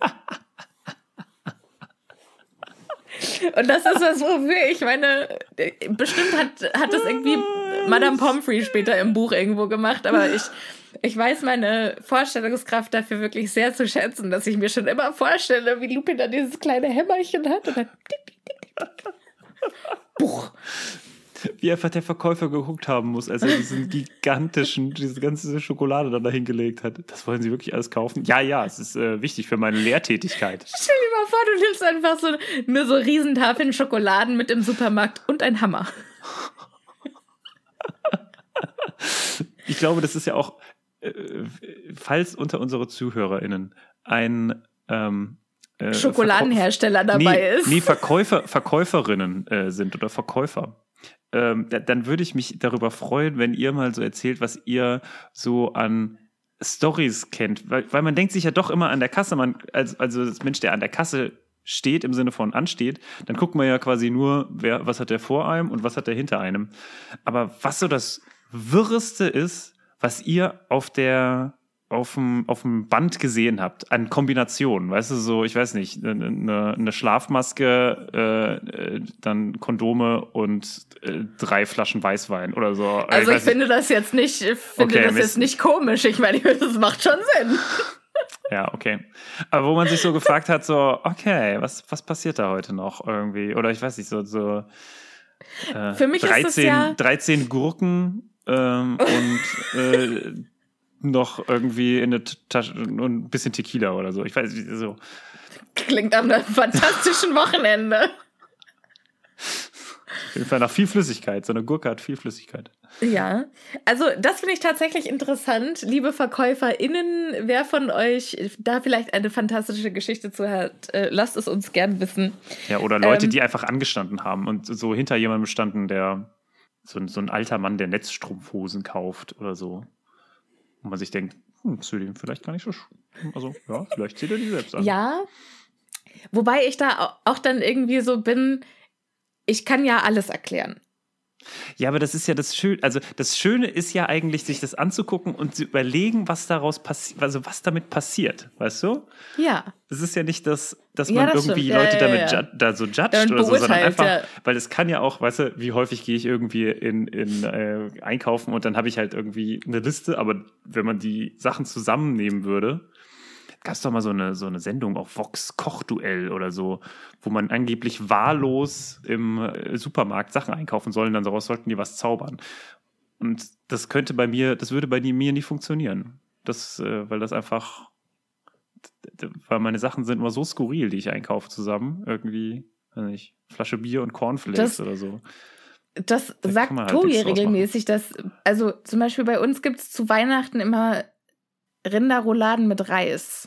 Und das ist was, wofür ich meine, bestimmt hat das irgendwie Madame Pomfrey später im Buch irgendwo gemacht, aber ich weiß meine Vorstellungskraft dafür wirklich sehr zu schätzen, dass ich mir schon immer vorstelle, wie Lupin da dieses kleine Hämmerchen hat und dann tick, tick, tick, tick, tick. Buch.
Wie einfach der Verkäufer geguckt haben muss, als er diese ganze Schokolade da hingelegt hat. Das wollen Sie wirklich alles kaufen? Ja, es ist wichtig für meine Lehrtätigkeit.
Stell dir mal vor, du nimmst einfach nur so Riesentafeln Schokoladen mit im Supermarkt und ein Hammer.
Ich glaube, das ist ja auch, falls unter unsere ZuhörerInnen ein
Schokoladenhersteller dabei ist.
Nee, Verkäuferinnen sind oder Verkäufer. Dann würde ich mich darüber freuen, wenn ihr mal so erzählt, was ihr so an Storys kennt. Weil man denkt sich ja doch immer an der Kasse, also das Mensch, der an der Kasse steht, im Sinne von ansteht, dann guckt man ja quasi nur, was hat der vor einem und was hat der hinter einem. Aber was so das Wirreste ist, was ihr auf dem Band gesehen habt, an Kombinationen, weißt du, so, ich weiß nicht, eine Schlafmaske, dann Kondome und 3 Flaschen Weißwein oder so.
Also ich finde das jetzt nicht, jetzt nicht komisch. Ich meine, das macht schon Sinn.
Ja, okay. Aber wo man sich so gefragt hat, so, okay, was passiert da heute noch irgendwie? Oder ich weiß nicht, so
für mich 13, ist es ja
13 Gurken und noch irgendwie in eine Tasche und ein bisschen Tequila oder so. Ich weiß nicht, so.
Klingt am fantastischen Wochenende.
Auf jeden Fall nach viel Flüssigkeit. So eine Gurke hat viel Flüssigkeit.
Ja, also das finde ich tatsächlich interessant. Liebe VerkäuferInnen, wer von euch da vielleicht eine fantastische Geschichte zu hat, lasst es uns gern wissen.
Ja, oder Leute, die einfach angestanden haben und so hinter jemandem standen, der so ein alter Mann, der Netzstrumpfhosen kauft oder so. Und man sich denkt, das ist vielleicht gar nicht so also, ja, vielleicht zieht er die selbst an.
Ja, wobei ich da auch dann irgendwie so bin, ich kann ja alles erklären.
Ja, aber das ist ja das Schöne. Also das Schöne ist ja eigentlich, sich das anzugucken und zu überlegen, was daraus passiert, also was damit passiert, weißt du?
Ja.
Es ist ja nicht dass man irgendwie Leute damit da so judgt oder so, sondern einfach, weil es kann ja auch, weißt du, wie häufig gehe ich irgendwie in einkaufen und dann habe ich halt irgendwie eine Liste, aber wenn man die Sachen zusammennehmen würde, gab es doch mal so eine Sendung, auch Vox Kochduell oder so, wo man angeblich wahllos im Supermarkt Sachen einkaufen soll und dann daraus sollten die was zaubern. Und das würde bei mir nie funktionieren. Weil das einfach, weil meine Sachen sind immer so skurril, die ich einkaufe zusammen. Irgendwie, weiß nicht, Flasche Bier und Cornflakes oder so.
Das sagt halt Tobi regelmäßig, also zum Beispiel bei uns gibt es zu Weihnachten immer Rinderrouladen mit Reis.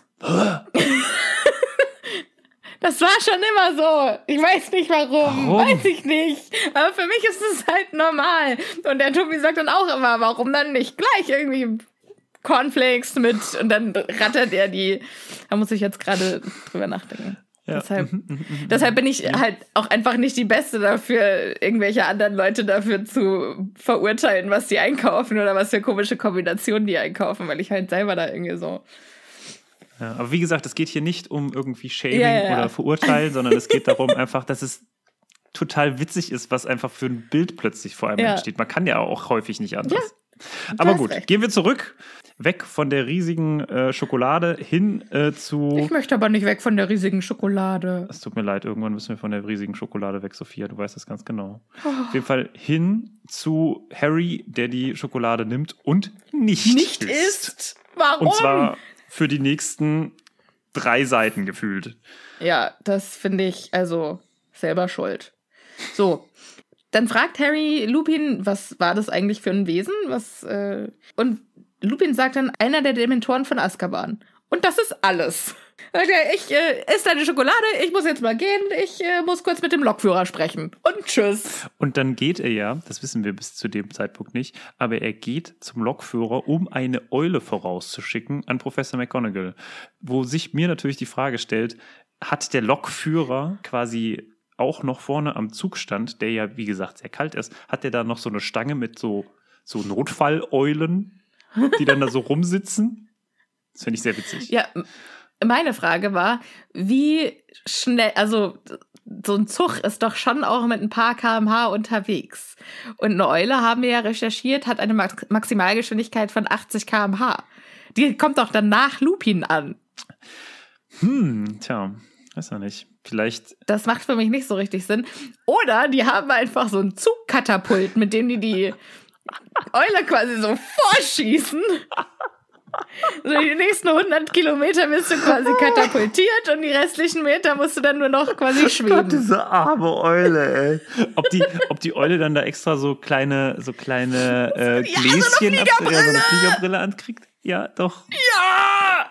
Das war schon immer so. Ich weiß nicht warum. Weiß ich nicht. Aber für mich ist es halt normal. Und der Tobi sagt dann auch immer, warum dann nicht gleich irgendwie Cornflakes mit und dann rattert er die. Da muss ich jetzt gerade drüber nachdenken. Ja. Deshalb bin ich halt auch einfach nicht die Beste dafür, irgendwelche anderen Leute dafür zu verurteilen, was die einkaufen oder was für komische Kombinationen die einkaufen, weil ich halt selber da irgendwie so.
Ja, aber wie gesagt, es geht hier nicht um irgendwie Shaming oder Verurteilen, sondern es geht darum einfach, dass es total witzig ist, was einfach für ein Bild plötzlich vor einem entsteht. Man kann ja auch häufig nicht anders. Ja, aber gut, gehen wir zurück. Weg von der riesigen Schokolade hin zu...
Ich möchte aber nicht weg von der riesigen Schokolade.
Es tut mir leid, irgendwann müssen wir von der riesigen Schokolade weg, Sophia. Du weißt das ganz genau. Auf jeden Fall hin zu Harry, der die Schokolade nimmt und nicht isst.
Warum?
Und zwar für die nächsten 3 Seiten gefühlt.
Ja, das finde ich also selber schuld. So, Dann fragt Harry Lupin, was war das eigentlich für ein Wesen? Und Lupin sagt dann, einer der Dementoren von Azkaban. Und das ist alles. Sagt er, ich esse deine Schokolade, ich muss jetzt mal gehen, ich muss kurz mit dem Lokführer sprechen. Und tschüss.
Und dann geht er ja, das wissen wir bis zu dem Zeitpunkt nicht, aber er geht zum Lokführer, um eine Eule vorauszuschicken an Professor McGonagall. Wo sich mir natürlich die Frage stellt, hat der Lokführer quasi auch noch vorne am Zugstand, der ja, wie gesagt, sehr kalt ist, hat der da noch so eine Stange mit so Notfalleulen, die dann da so rumsitzen? Das finde ich sehr witzig.
Ja, meine Frage war, wie schnell, also so ein Zug ist doch schon auch mit ein paar km/h unterwegs. Und eine Eule, haben wir ja recherchiert, hat eine Maximalgeschwindigkeit von 80 km/h. Die kommt doch dann nach Lupin an.
Tja, weiß ja nicht. Vielleicht.
Das macht für mich nicht so richtig Sinn. Oder die haben einfach so ein Zugkatapult, mit dem die Eule quasi so vorschießen. Also die nächsten 100 Kilometer wirst du quasi katapultiert und die restlichen Meter musst du dann nur noch quasi schweben.
Gott, diese arme Eule, ey. Ob die Eule dann da extra so kleine Gläschen, so eine Fliegerbrille ankriegt? Ja, doch.
Ja!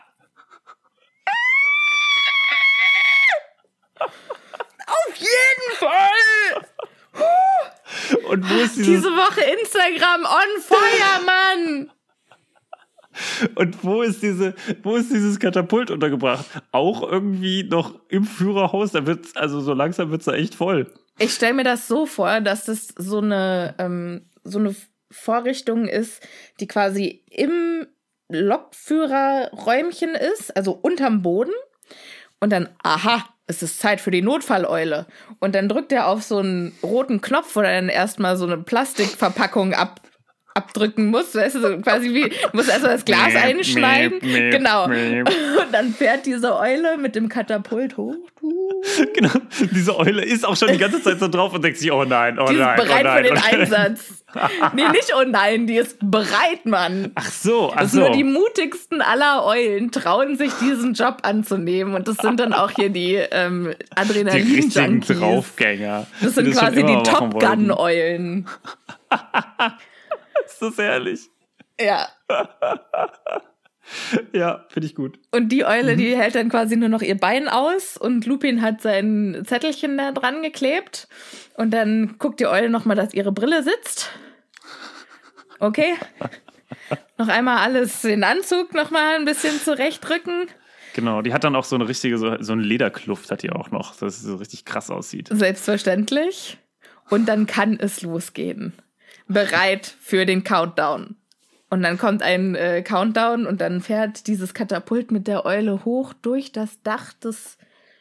Auf jeden Fall!
Und wo ist
diese Woche Instagram on fire, Mann!
Und wo ist dieses Katapult untergebracht? Auch irgendwie noch im Führerhaus? So langsam wird's da echt voll.
Ich stelle mir das so vor, dass das so eine Vorrichtung ist, die quasi im Lokführerräumchen ist, also unterm Boden. Und dann, aha, es ist Zeit für die Notfalleule. Und dann drückt er auf so einen roten Knopf, wo er dann erstmal so eine Plastikverpackung abdrücken muss. Weißt du, so quasi wie, du musst erstmal das Glas einschneiden. Genau. Und dann fährt diese Eule mit dem Katapult hoch.
Genau. Diese Eule ist auch schon die ganze Zeit so drauf und denkt sich, oh nein,
die ist bereit für den Einsatz. Nee, nicht oh nein, die ist bereit, Mann.
Ach so.
Nur die mutigsten aller Eulen trauen sich, diesen Job anzunehmen. Und das sind dann auch hier die Adrenalin-Junkies.
Die richtigen Draufgänger.
Das sind quasi die Top Gun-Eulen.
Ist das herrlich.
Ja.
Ja, finde ich gut.
Und die Eule, die hält dann quasi nur noch ihr Bein aus und Lupin hat sein Zettelchen da dran geklebt. Und dann guckt die Eule nochmal, dass ihre Brille sitzt. Okay. Noch einmal alles, den Anzug nochmal ein bisschen zurechtrücken.
Genau, die hat dann auch so eine richtige, so eine Lederkluft hat die auch noch, dass es so richtig krass aussieht.
Selbstverständlich. Und dann kann es losgehen. Bereit für den Countdown. Und dann kommt ein Countdown und dann fährt dieses Katapult mit der Eule hoch durch das Dach des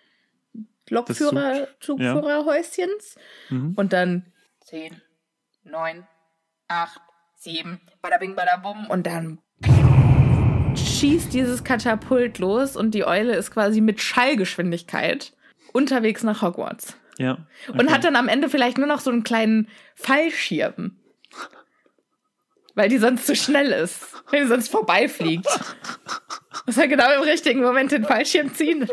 Zugführerhäuschens. Ja. Und dann 10, 9, 8, 7, badabing, badabum. Und dann schießt dieses Katapult los und die Eule ist quasi mit Schallgeschwindigkeit unterwegs nach Hogwarts.
Ja. Okay.
Und hat dann am Ende vielleicht nur noch so einen kleinen Fallschirm. Weil die sonst zu schnell ist. Weil die sonst vorbeifliegt. Muss er genau im richtigen Moment den Fallschirm ziehen.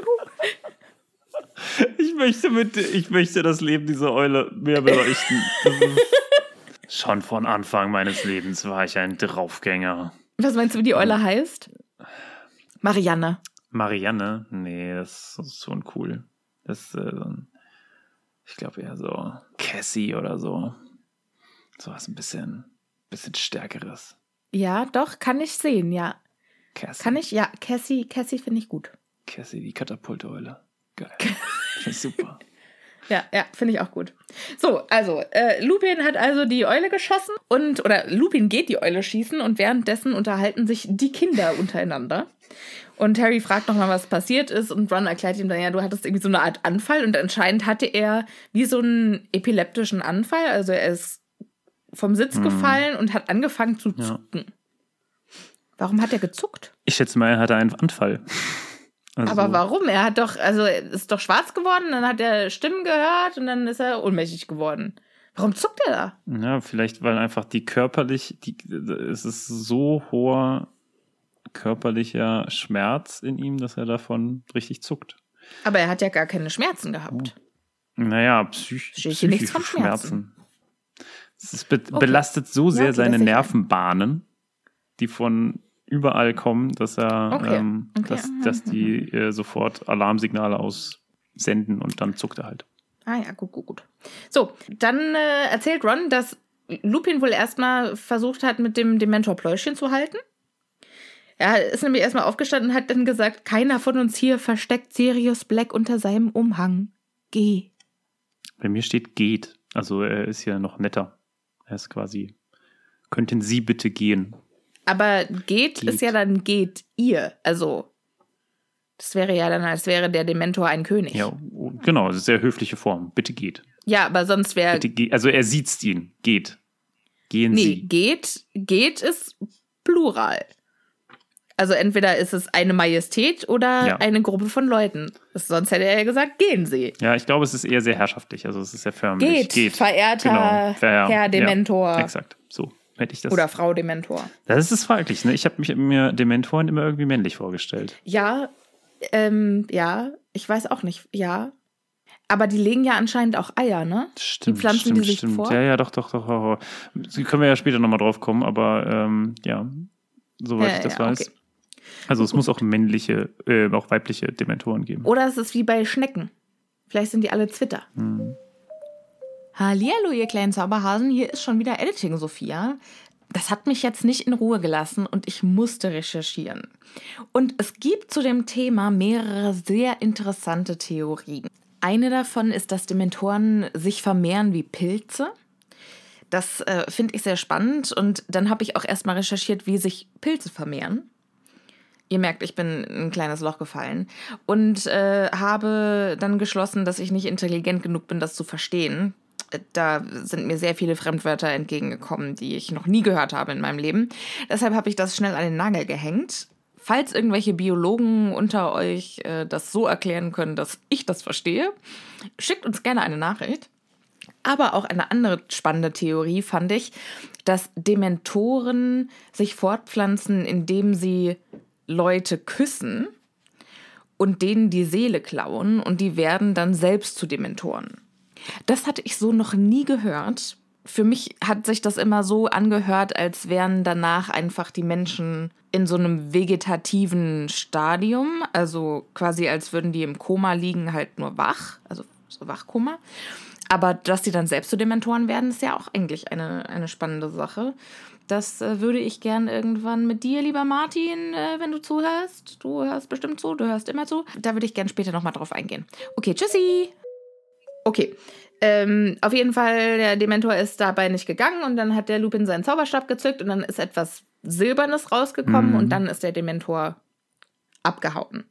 Ich möchte das Leben dieser Eule mehr beleuchten. Schon von Anfang meines Lebens war ich ein Draufgänger.
Was meinst du, wie die Eule heißt? Marianne.
Marianne? Nee, das ist so uncool. Das ist ich glaube eher so Cassie oder so. So was ein bisschen Stärkeres.
Ja, doch, kann ich sehen, ja.
Cassie.
Kann ich? Ja, Cassie finde ich gut.
Cassie, die Katapulteule. Geil. Finde ich super.
Ja, finde ich auch gut. So, also, Lupin hat also die Eule geschossen oder Lupin geht die Eule schießen und währenddessen unterhalten sich die Kinder untereinander. Und Harry fragt nochmal, was passiert ist und Ron erklärt ihm dann, ja, du hattest irgendwie so eine Art Anfall und anscheinend hatte er wie so einen epileptischen Anfall, also er ist vom Sitz gefallen und hat angefangen zu zucken. Ja. Warum hat er gezuckt?
Ich schätze mal, er hatte einen Anfall.
Also. Aber warum? Er ist doch schwarz geworden, dann hat er Stimmen gehört und dann ist er ohnmächtig geworden. Warum zuckt er da?
Ja, vielleicht, weil einfach es ist so hoher körperlicher Schmerz in ihm, dass er davon richtig zuckt.
Aber er hat ja gar keine Schmerzen gehabt.
Naja, psychische
nichts von Schmerzen.
Es belastet so sehr
okay,
seine
das
Nervenbahnen, die von überall kommen, dass er, dass die sofort Alarmsignale aussenden und dann zuckt er halt.
Ah ja, gut. So, dann erzählt Ron, dass Lupin wohl erstmal versucht hat, mit dem Dementor Pläuschchen zu halten. Er ist nämlich erstmal aufgestanden und hat dann gesagt, keiner von uns hier versteckt Sirius Black unter seinem Umhang. Geh.
Bei mir steht geht. Also er ist ja noch netter. Er ist quasi, könnten Sie bitte gehen?
Aber geht ist ja dann geht ihr. Also das wäre ja dann, als wäre der Dementor ein König.
Ja, genau, das ist eine sehr höfliche Form. Bitte geht.
Ja, aber sonst wäre...
Also er siezt ihn. Geht. Gehen Sie.
Nee, geht ist Plural. Also entweder ist es eine Majestät oder eine Gruppe von Leuten. Sonst hätte er ja gesagt, gehen Sie.
Ja, ich glaube, es ist eher sehr herrschaftlich. Also es ist sehr förmlich.
Geht. Verehrter Herr Dementor.
Ja, exakt, so hätte ich das.
Oder Frau Dementor.
Das ist fraglich, ne? Ich habe mir Dementoren immer irgendwie männlich vorgestellt.
Ja, ich weiß auch nicht, ja. Aber die legen ja anscheinend auch Eier, ne?
Stimmt,
die pflanzen die sich vor.
Ja, doch. Sie können wir ja später nochmal drauf kommen, aber soweit ich das weiß. Okay. Also es muss auch männliche, auch weibliche Dementoren geben.
Oder es ist wie bei Schnecken. Vielleicht sind die alle Zwitter. Hallihallo, ihr kleinen Zauberhasen. Hier ist schon wieder Editing, Sophia. Das hat mich jetzt nicht in Ruhe gelassen und ich musste recherchieren. Und es gibt zu dem Thema mehrere sehr interessante Theorien. Eine davon ist, dass Dementoren sich vermehren wie Pilze. Das finde ich sehr spannend. Und dann habe ich auch erstmal recherchiert, wie sich Pilze vermehren. Ihr merkt, ich bin in ein kleines Loch gefallen. Und habe dann geschlossen, dass ich nicht intelligent genug bin, das zu verstehen. Da sind mir sehr viele Fremdwörter entgegengekommen, die ich noch nie gehört habe in meinem Leben. Deshalb habe ich das schnell an den Nagel gehängt. Falls irgendwelche Biologen unter euch das so erklären können, dass ich das verstehe, schickt uns gerne eine Nachricht. Aber auch eine andere spannende Theorie fand ich, dass Dementoren sich fortpflanzen, indem sie Leute küssen und denen die Seele klauen und die werden dann selbst zu Dementoren. Das hatte ich so noch nie gehört. Für mich hat sich das immer so angehört, als wären danach einfach die Menschen in so einem vegetativen Stadium, also quasi als würden die im Koma liegen, halt nur wach, also so Wachkoma. Aber dass die dann selbst zu Dementoren werden, ist ja auch eigentlich eine spannende Sache. Das würde ich gern irgendwann mit dir, lieber Martin, wenn du zuhörst. Du hörst bestimmt zu, du hörst immer zu. Da würde ich gern später nochmal drauf eingehen. Okay, tschüssi! Okay, auf jeden Fall, der Dementor ist dabei nicht gegangen und dann hat der Lupin seinen Zauberstab gezückt und dann ist etwas Silbernes rausgekommen und dann ist der Dementor abgehauen.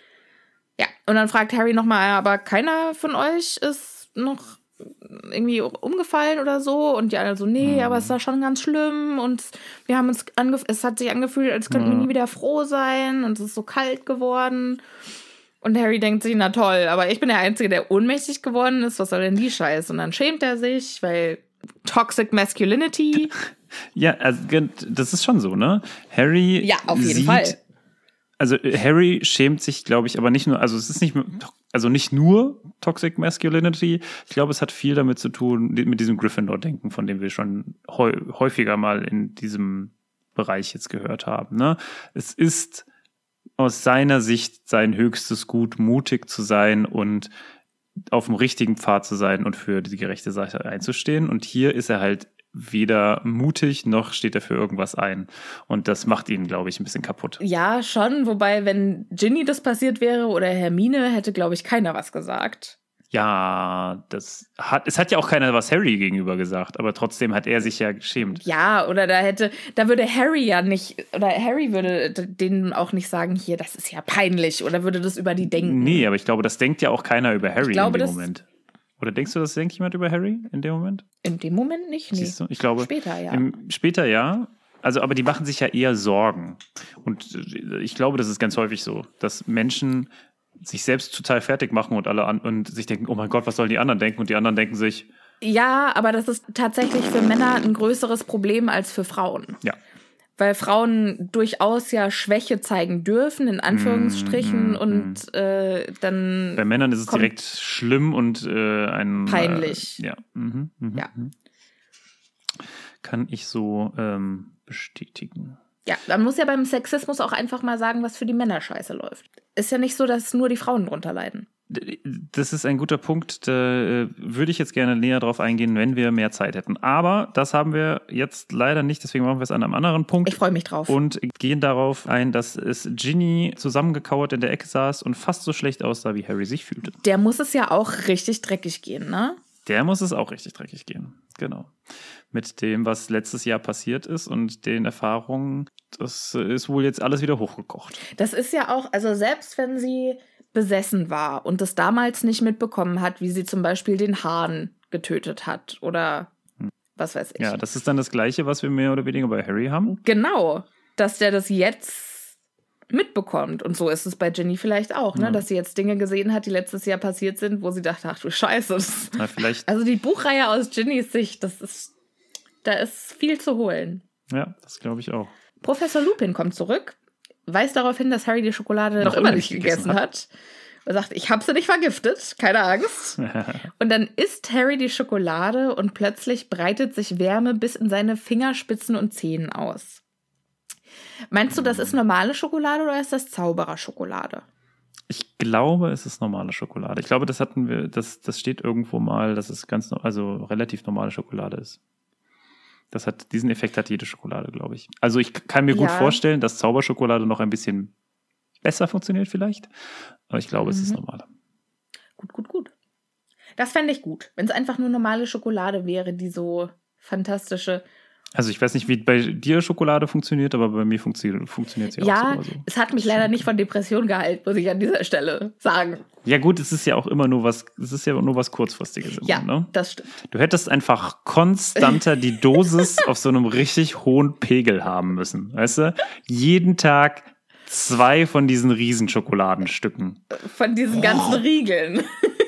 Ja, und dann fragt Harry nochmal, aber keiner von euch ist noch irgendwie umgefallen oder so und die alle so, nee, aber es war schon ganz schlimm und wir haben es hat sich angefühlt, als könnten wir nie wieder froh sein und es ist so kalt geworden. Und Harry denkt sich, na toll, aber ich bin der Einzige, der ohnmächtig geworden ist. Was soll denn die Scheiße? Und dann schämt er sich, weil Toxic Masculinity.
Ja, also das ist schon so, ne? Harry
ja, auf jeden Fall.
Also Harry schämt sich, glaube ich, aber nicht nur, also es ist nicht nur Toxic Masculinity. Ich glaube, es hat viel damit zu tun, mit diesem Gryffindor-Denken, von dem wir schon häufiger mal in diesem Bereich jetzt gehört haben, ne? Es ist aus seiner Sicht sein höchstes Gut, mutig zu sein und auf dem richtigen Pfad zu sein und für die gerechte Sache einzustehen. Und hier ist er halt weder mutig, noch steht er für irgendwas ein. Und das macht ihn, glaube ich, ein bisschen kaputt.
Ja, schon. Wobei, wenn Ginny das passiert wäre oder Hermine, hätte, glaube ich, keiner was gesagt.
Ja, es hat ja auch keiner was Harry gegenüber gesagt, aber trotzdem hat er sich ja geschämt.
Ja, oder da würde Harry ja nicht, oder Harry würde denen auch nicht sagen, hier, das ist ja peinlich, oder würde das über die denken.
Nee, aber ich glaube, das denkt ja auch keiner über Harry in dem Moment. Oder denkst du, das denkt jemand über Harry in dem Moment?
In dem Moment nicht, nee.
Siehst du? Ich glaube,
später, ja.
Später, ja. Also, aber die machen sich ja eher Sorgen. Und ich glaube, das ist ganz häufig so, dass Menschen sich selbst total fertig machen und sich denken, oh mein Gott, was sollen die anderen denken? Und die anderen denken sich...
Ja, aber das ist tatsächlich für Männer ein größeres Problem als für Frauen.
Ja.
Weil Frauen durchaus ja Schwäche zeigen dürfen, in Anführungsstrichen, und dann...
Bei Männern ist es direkt schlimm und
peinlich.
Ja.
Ja.
kann ich so bestätigen.
Ja, man muss ja beim Sexismus auch einfach mal sagen, was für die Männer scheiße läuft. Ist ja nicht so, dass nur die Frauen drunter leiden.
Das ist ein guter Punkt, da würde ich jetzt gerne näher drauf eingehen, wenn wir mehr Zeit hätten. Aber das haben wir jetzt leider nicht, deswegen machen wir es an einem anderen Punkt.
Ich freue mich drauf.
Und gehen darauf ein, dass es Ginny zusammengekauert in der Ecke saß und fast so schlecht aussah, wie Harry sich fühlte.
Der muss es ja auch richtig dreckig gehen, ne?
Der muss es auch richtig dreckig gehen, genau. Mit dem, was letztes Jahr passiert ist und den Erfahrungen, das ist wohl jetzt alles wieder hochgekocht.
Das ist ja auch, also selbst wenn sie besessen war und das damals nicht mitbekommen hat, wie sie zum Beispiel den Hahn getötet hat oder was weiß ich.
Ja, das ist dann das Gleiche, was wir mehr oder weniger bei Harry haben.
Genau, dass der das jetzt mitbekommt. Und so ist es bei Ginny vielleicht auch, ne? Dass sie jetzt Dinge gesehen hat, die letztes Jahr passiert sind, wo sie dachte, ach du Scheiße.
Na, vielleicht.
Also die Buchreihe aus Ginnys Sicht, da ist viel zu holen.
Ja, das glaube ich auch.
Professor Lupin kommt zurück, weist darauf hin, dass Harry die Schokolade noch immer nicht gegessen hat. Er sagt, ich habe sie nicht vergiftet, keine Angst. Und dann isst Harry die Schokolade und plötzlich breitet sich Wärme bis in seine Fingerspitzen und Zehen aus. Meinst du, das ist normale Schokolade oder ist das Zaubererschokolade?
Ich glaube, es ist normale Schokolade. Ich glaube, das steht irgendwo mal, dass es relativ normale Schokolade ist. Diesen Effekt hat jede Schokolade, glaube ich. Also ich kann mir gut vorstellen, dass Zauberschokolade noch ein bisschen besser funktioniert vielleicht. Aber ich glaube, es ist normal.
Gut. Das fände ich gut. Wenn es einfach nur normale Schokolade wäre, die so fantastische...
Also ich weiß nicht, wie bei dir Schokolade funktioniert, aber bei mir funktioniert sie auch so.
Es hat mich leider nicht von Depression gehalten, muss ich an dieser Stelle sagen.
Ja gut, es ist ja auch immer nur was Kurzfristiges.
Ja,
ne?
Das stimmt.
Du hättest einfach konstanter die Dosis auf so einem richtig hohen Pegel haben müssen, weißt du? Jeden Tag 2 von diesen Riesenschokoladenstücken.
Von diesen ganzen Riegeln.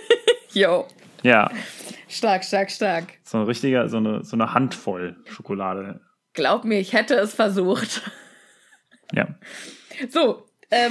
Jo.
Ja.
Stark.
So ein richtiger, so eine Handvoll Schokolade.
Glaub mir, ich hätte es versucht.
Ja.
So,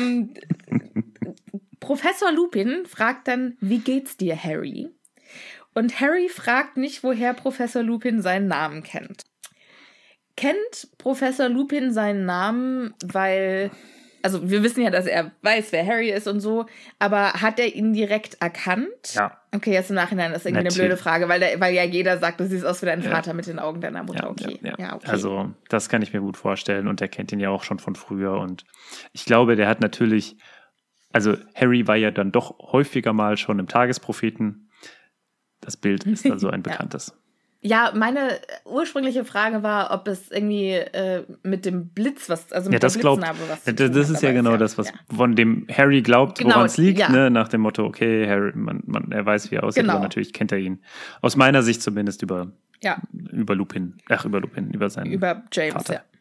Professor Lupin fragt dann, wie geht's dir, Harry? Und Harry fragt nicht, woher Professor Lupin seinen Namen kennt. Kennt Professor Lupin seinen Namen, weil... Also wir wissen ja, dass er weiß, wer Harry ist und so, aber hat er ihn direkt erkannt?
Ja.
Okay, jetzt im Nachhinein ist irgendwie eine blöde Frage, weil ja jeder sagt, du siehst aus wie dein Vater mit den Augen deiner Mutter.
Ja.
Okay.
Also das kann ich mir gut vorstellen und er kennt ihn ja auch schon von früher und ich glaube, der hat natürlich, also Harry war ja dann doch häufiger mal schon im Tagespropheten. Das Bild ist also ein bekanntes.
Ja, meine ursprüngliche Frage war, ob es irgendwie mit dem Blitz mit der Blitznarbe was zu tun hat.
Das ist ja genau das, was von dem Harry glaubt, woran es liegt, ne? Nach dem Motto, okay, Harry, er weiß, wie er aussieht, aber natürlich kennt er ihn. Aus meiner Sicht zumindest über Lupin, über seinen
über James,
Vater.
Ja.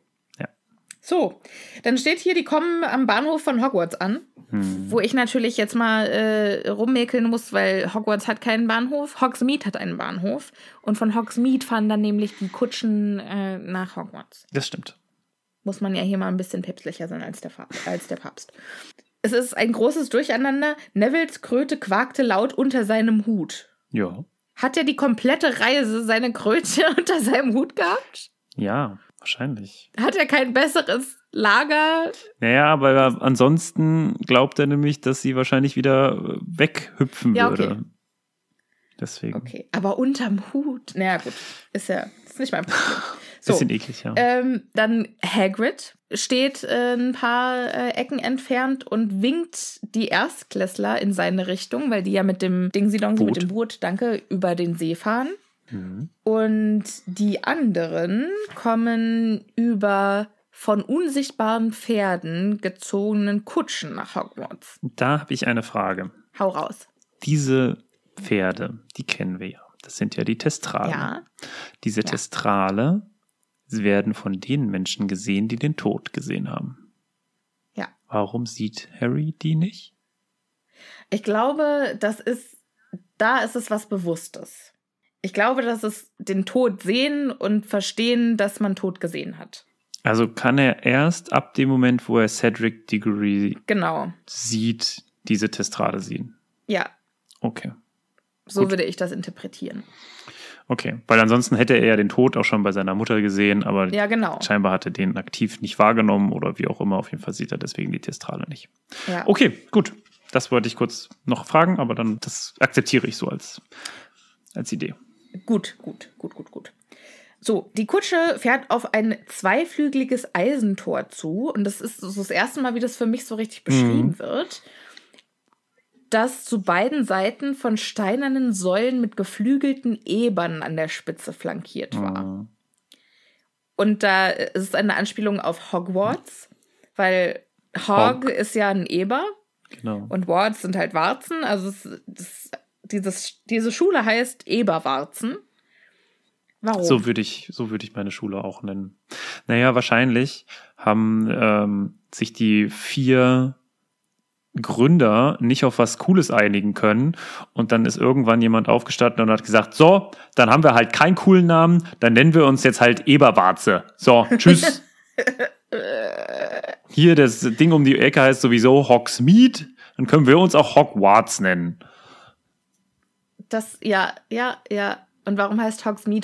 So, dann steht hier, die kommen am Bahnhof von Hogwarts an, wo ich natürlich jetzt mal rummäkeln muss, weil Hogwarts hat keinen Bahnhof, Hogsmeade hat einen Bahnhof und von Hogsmeade fahren dann nämlich die Kutschen nach Hogwarts.
Das stimmt.
Muss man ja hier mal ein bisschen päpstlicher sein als der Papst. Es ist ein großes Durcheinander. Nevils Kröte quakte laut unter seinem Hut.
Ja.
Hat er die komplette Reise seine Kröte unter seinem Hut gehabt?
Ja. Wahrscheinlich.
Hat er kein besseres Lager?
Naja, aber ansonsten glaubt er nämlich, dass sie wahrscheinlich wieder weghüpfen würde. Deswegen.
Okay, aber unterm Hut. Naja, gut. Ist nicht mein Problem. So,
bisschen eklig, ja.
Dann Hagrid steht ein paar Ecken entfernt und winkt die Erstklässler in seine Richtung, weil die ja mit dem Dingsi-Dongsi, mit dem Boot, über den See fahren. Und die anderen kommen über von unsichtbaren Pferden gezogenen Kutschen nach Hogwarts.
Da habe ich eine Frage.
Hau raus.
Diese Pferde, die kennen wir ja. Das sind ja die Testrale.
Ja.
Diese Testrale werden von den Menschen gesehen, die den Tod gesehen haben.
Ja.
Warum sieht Harry die nicht?
Ich glaube, da ist es was Bewusstes. Ich glaube, dass es den Tod sehen und verstehen, dass man Tod gesehen hat.
Also kann er erst ab dem Moment, wo er Cedric Diggory sieht, diese Testrale sehen?
Ja.
Okay.
So würde ich das interpretieren.
Okay, weil ansonsten hätte er ja den Tod auch schon bei seiner Mutter gesehen, aber
ja, genau.
scheinbar hat er den aktiv nicht wahrgenommen oder wie auch immer. Auf jeden Fall sieht er deswegen die Testrale nicht.
Ja.
Okay, gut. Das wollte ich kurz noch fragen, aber dann das akzeptiere ich so als Idee.
Gut. So, die Kutsche fährt auf ein zweiflügeliges Eisentor zu und das ist so das erste Mal, wie das für mich so richtig beschrieben wird, das zu beiden Seiten von steinernen Säulen mit geflügelten Ebern an der Spitze flankiert war. Und da ist es eine Anspielung auf Hogwarts, weil Hog ist ja ein Eber.
Genau.
Und Warts sind halt Warzen. Also diese Schule heißt Eberwarzen. Warum?
So würde ich meine Schule auch nennen. Naja, wahrscheinlich haben sich die 4 Gründer nicht auf was Cooles einigen können und dann ist irgendwann jemand aufgestanden und hat gesagt, so, dann haben wir halt keinen coolen Namen, dann nennen wir uns jetzt halt Eberwarze. So, tschüss. Hier, das Ding um die Ecke heißt sowieso Hogsmeade, dann können wir uns auch Hogwarts nennen.
Das, ja. Und warum heißt Hogsmeade?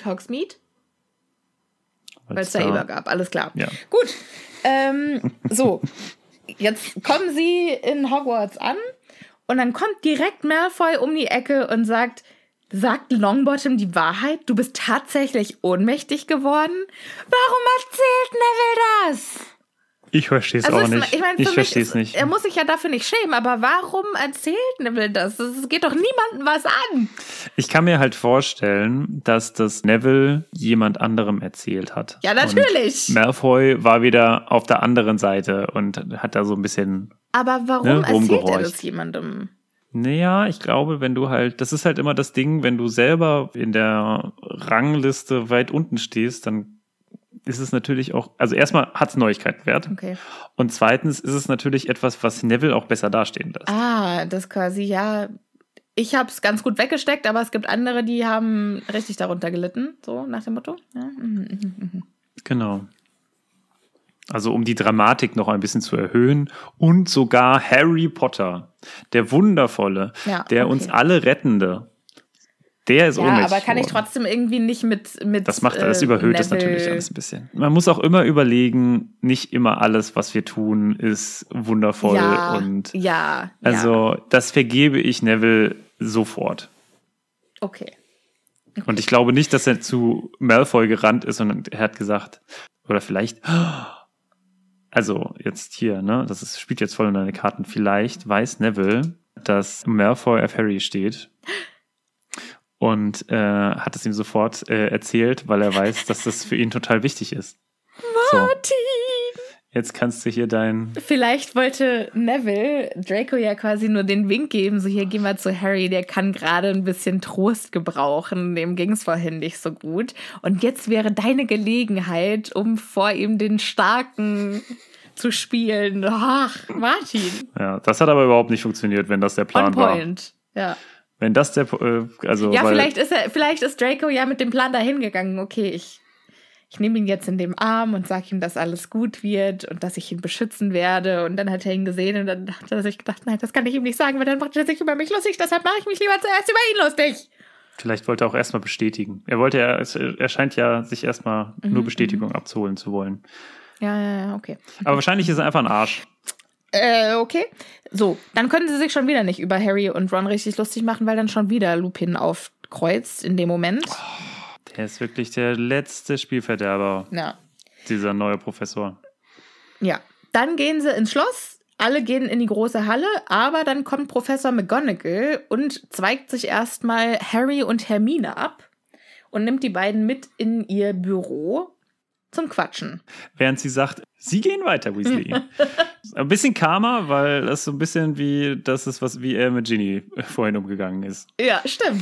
Weil es da Eber gab, alles klar.
Ja.
Gut, so, jetzt kommen sie in Hogwarts an und dann kommt direkt Malfoy um die Ecke und sagt Longbottom die Wahrheit? Du bist tatsächlich ohnmächtig geworden? Warum erzählt Neville das?
Ich verstehe es auch nicht. Ich verstehe es nicht.
Er muss sich ja dafür nicht schämen, aber warum erzählt Neville das? Es geht doch niemandem was an.
Ich kann mir halt vorstellen, dass das Neville jemand anderem erzählt hat.
Ja, natürlich.
Und Malfoy war wieder auf der anderen Seite und hat da so ein bisschen
aber warum erzählt er das jemandem?
Naja, ich glaube, wenn du halt, das ist halt immer das Ding, wenn du selber in der Rangliste weit unten stehst, dann ist es natürlich auch, also erstmal hat es Neuigkeiten wert.
Okay.
Und zweitens ist es natürlich etwas, was Neville auch besser dastehen lässt.
Das quasi, ja. Ich habe es ganz gut weggesteckt, aber es gibt andere, die haben richtig darunter gelitten, so nach dem Motto. Ja.
Genau. Also um die Dramatik noch ein bisschen zu erhöhen. Und sogar Harry Potter, der Wundervolle, der uns alle Rettende, der ist ohnmächtig
aber kann ich
geworden.
Trotzdem irgendwie nicht mit
das macht das überhöht es natürlich alles ein bisschen. Man muss auch immer überlegen, nicht immer alles, was wir tun, ist wundervoll. Das vergebe ich Neville sofort.
Okay.
Und ich glaube nicht, dass er zu Malfoy gerannt ist und er hat gesagt, oder vielleicht, also jetzt hier, ne, spielt jetzt voll in deine Karten, vielleicht weiß Neville, dass Malfoy auf Harry steht. Und hat es ihm sofort erzählt, weil er weiß, dass das für ihn total wichtig ist.
Martin!
So. Jetzt kannst du hier
Vielleicht wollte Neville Draco ja quasi nur den Wink geben, so hier, geh mal zu Harry, der kann gerade ein bisschen Trost gebrauchen, dem ging es vorhin nicht so gut. Und jetzt wäre deine Gelegenheit, um vor ihm den Starken zu spielen. Ach, Martin!
Ja, das hat aber überhaupt nicht funktioniert, wenn das der Plan war.
On point, ja.
Wenn das der,
vielleicht ist Draco ja mit dem Plan dahin gegangen, okay, ich nehme ihn jetzt in den Arm und sage ihm, dass alles gut wird und dass ich ihn beschützen werde. Und dann hat er ihn gesehen und dann hat er sich gedacht, nein, das kann ich ihm nicht sagen, weil dann macht er sich über mich lustig, deshalb mache ich mich lieber zuerst über ihn lustig.
Vielleicht wollte er auch erstmal bestätigen. Er scheint ja sich erstmal nur Bestätigung abzuholen zu wollen.
Ja, okay.
Aber wahrscheinlich ist er einfach ein Arsch.
Okay. So, dann können sie sich schon wieder nicht über Harry und Ron richtig lustig machen, weil dann schon wieder Lupin aufkreuzt in dem Moment.
Oh, der ist wirklich der letzte Spielverderber.
Ja.
Dieser neue Professor.
Ja. Dann gehen sie ins Schloss. Alle gehen in die große Halle, aber dann kommt Professor McGonagall und zweigt sich erstmal Harry und Hermine ab und nimmt die beiden mit in ihr Büro zum Quatschen.
Während sie sagt, sie gehen weiter, Weasley. Ein bisschen Karma, weil das so ein bisschen wie das ist, wie er mit Ginny vorhin umgegangen ist.
Ja, stimmt.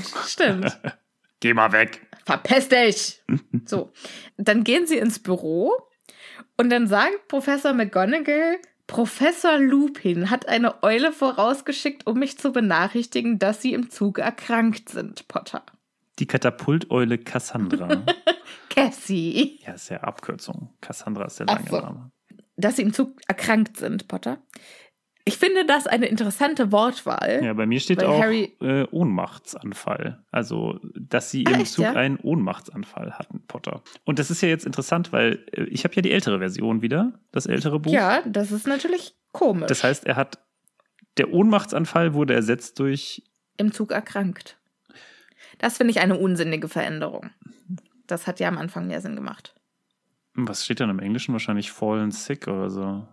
Geh mal weg.
Verpiss dich! So, dann gehen sie ins Büro und dann sagt Professor McGonagall, Professor Lupin hat eine Eule vorausgeschickt, um mich zu benachrichtigen, dass sie im Zug erkrankt sind, Potter.
Die Katapulteule Cassandra.
Cassie.
Ja, ist ja Abkürzung. Cassandra ist der lange Name.
Dass sie im Zug erkrankt sind, Potter. Ich finde das eine interessante Wortwahl.
Ja, bei mir steht auch Ohnmachtsanfall. Also, dass sie im Zug einen Ohnmachtsanfall hatten, Potter. Und das ist ja jetzt interessant, weil ich habe ja die ältere Version wieder, das ältere Buch.
Ja, das ist natürlich komisch.
Das heißt, der Ohnmachtsanfall wurde ersetzt durch...
Im Zug erkrankt. Das finde ich eine unsinnige Veränderung. Das hat ja am Anfang mehr Sinn gemacht.
Was steht dann im Englischen? Wahrscheinlich fallen sick oder so.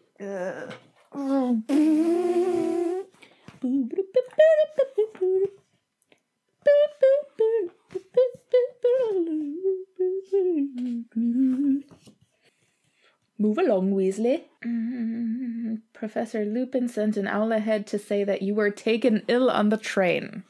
Move along, Weasley. Professor Lupin sent an owl ahead to say that you were taken ill on the train.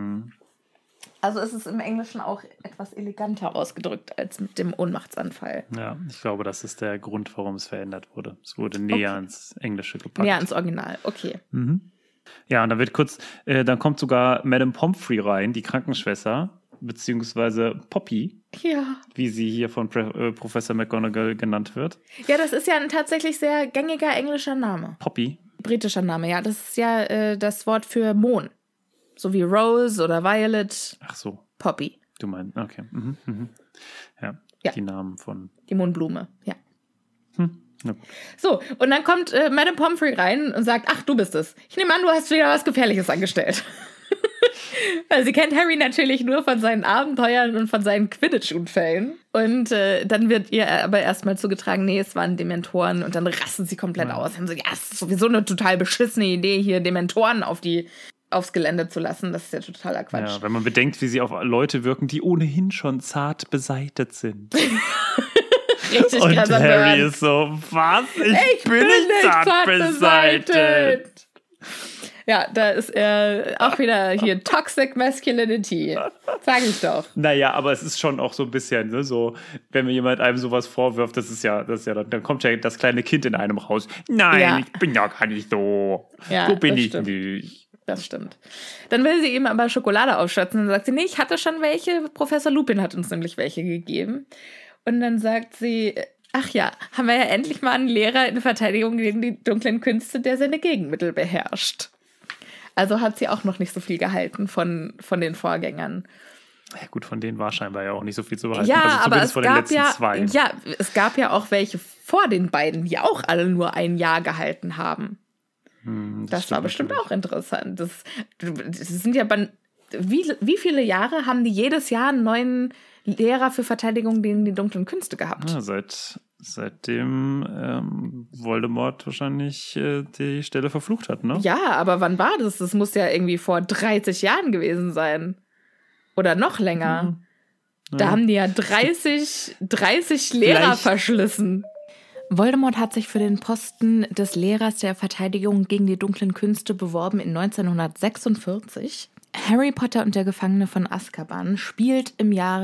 Also ist es im Englischen auch etwas eleganter ausgedrückt als mit dem Ohnmachtsanfall.
Ja, ich glaube, das ist der Grund, warum es verändert wurde. Es wurde näher ans Englische gepackt.
Näher ans Original, okay.
Ja, und dann kommt sogar Madame Pomfrey rein, die Krankenschwester, beziehungsweise Poppy, wie sie hier von Professor McGonagall genannt wird.
Ja, das ist ja ein tatsächlich sehr gängiger englischer Name.
Poppy?
Britischer Name, ja. Das ist ja das Wort für Mohn. So wie Rose oder Violet.
Ach so.
Poppy.
Du meinst, okay. Ja, die Namen von...
Die Mohnblume, ja.
Ja.
So, und dann kommt Madame Pomfrey rein und sagt, ach, du bist es. Ich nehme an, du hast wieder was Gefährliches angestellt. Also sie kennt Harry natürlich nur von seinen Abenteuern und von seinen Quidditch-Unfällen. Und dann wird ihr aber erstmal zugetragen, nee, es waren Dementoren. Und dann rasten sie komplett aus. Haben so, ja, es ist sowieso eine total beschissene Idee, hier Dementoren aufs Gelände zu lassen. Das ist ja totaler Quatsch.
Ja, wenn man bedenkt, wie sie auf Leute wirken, die ohnehin schon zart beseitet sind.
Richtig
und
krass.
Harry ist so, was? Ich bin nicht zart beseitet.
Ja, da ist er auch wieder hier Toxic Masculinity. Sag ich doch.
Naja, aber es ist schon auch so ein bisschen, ne, so, wenn mir jemand einem sowas vorwirft, das ist ja, dann kommt ja das kleine Kind in einem raus. Nein, ich bin ja gar nicht so.
Ja,
so bin ich
stimmt.
nicht.
Das stimmt. Dann will sie ihm aber Schokolade aufschwatzen und dann sagt sie, nee, ich hatte schon welche. Professor Lupin hat uns nämlich welche gegeben. Und dann sagt sie, ach ja, haben wir ja endlich mal einen Lehrer in Verteidigung gegen die dunklen Künste, der seine Gegenmittel beherrscht. Also hat sie auch noch nicht so viel gehalten von den Vorgängern.
Ja gut, von denen war scheinbar ja auch nicht so viel zu behalten.
Ja,
also
aber es
von den
gab
letzten zwei.
Ja, es gab ja auch welche vor den beiden, die auch alle nur ein Jahr gehalten haben. Das war bestimmt auch interessant. Das sind ja wie viele Jahre haben die jedes Jahr einen neuen Lehrer für Verteidigung gegen die dunklen Künste gehabt?
Ja, seitdem Voldemort wahrscheinlich die Stelle verflucht hat, ne?
Ja, aber wann war das? Das muss ja irgendwie vor 30 Jahren gewesen sein. Oder noch länger. Ja. Da haben die ja 30 Lehrer verschlissen. Voldemort hat sich für den Posten des Lehrers der Verteidigung gegen die dunklen Künste beworben in 1946. Harry Potter und der Gefangene von Azkaban spielt im Jahre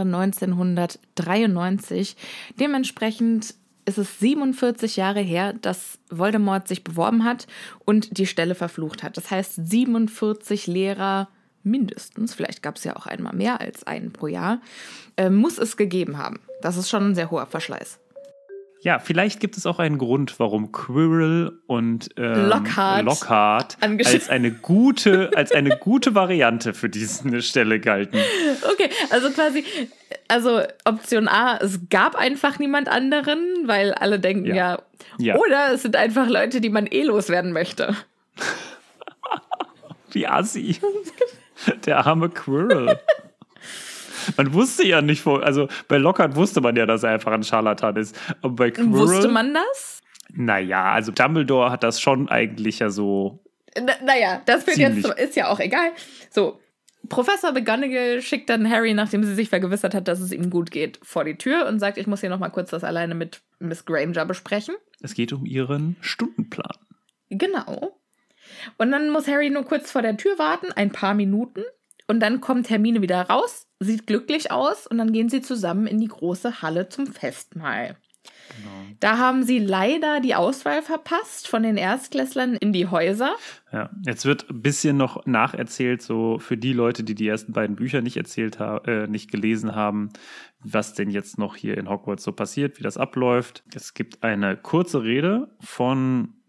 1993. Dementsprechend ist es 47 Jahre her, dass Voldemort sich beworben hat und die Stelle verflucht hat. Das heißt, 47 Lehrer mindestens, vielleicht gab es ja auch einmal mehr als einen pro Jahr, muss es gegeben haben. Das ist schon ein sehr hoher Verschleiß.
Ja, vielleicht gibt es auch einen Grund, warum Quirrell und Lockhart als eine gute Variante für diese Stelle galten. Okay,
also Option A, es gab einfach niemand anderen, weil alle denken ja. Oder es sind einfach Leute, die man loswerden möchte.
Wie assi. Der arme Quirrell. Man wusste ja nicht also bei Lockhart wusste man ja, dass er einfach ein Scharlatan ist. Aber bei Quirrell...
Wusste man das?
Naja, also Dumbledore hat das schon eigentlich ja so...
Naja, das wird jetzt ist ja auch egal. So, Professor McGonagall schickt dann Harry, nachdem sie sich vergewissert hat, dass es ihm gut geht, vor die Tür und sagt, ich muss hier noch mal kurz das alleine mit Miss Granger besprechen.
Es geht um ihren Stundenplan.
Genau. Und dann muss Harry nur kurz vor der Tür warten, ein paar Minuten. Und dann kommt Hermine wieder raus, sieht glücklich aus und dann gehen sie zusammen in die große Halle zum Festmahl. Genau. Da haben sie leider die Auswahl verpasst von den Erstklässlern in die Häuser.
Ja, jetzt wird ein bisschen noch nacherzählt, so für die Leute, die ersten beiden Bücher nicht gelesen haben, was denn jetzt noch hier in Hogwarts so passiert, wie das abläuft. Es gibt eine kurze Rede von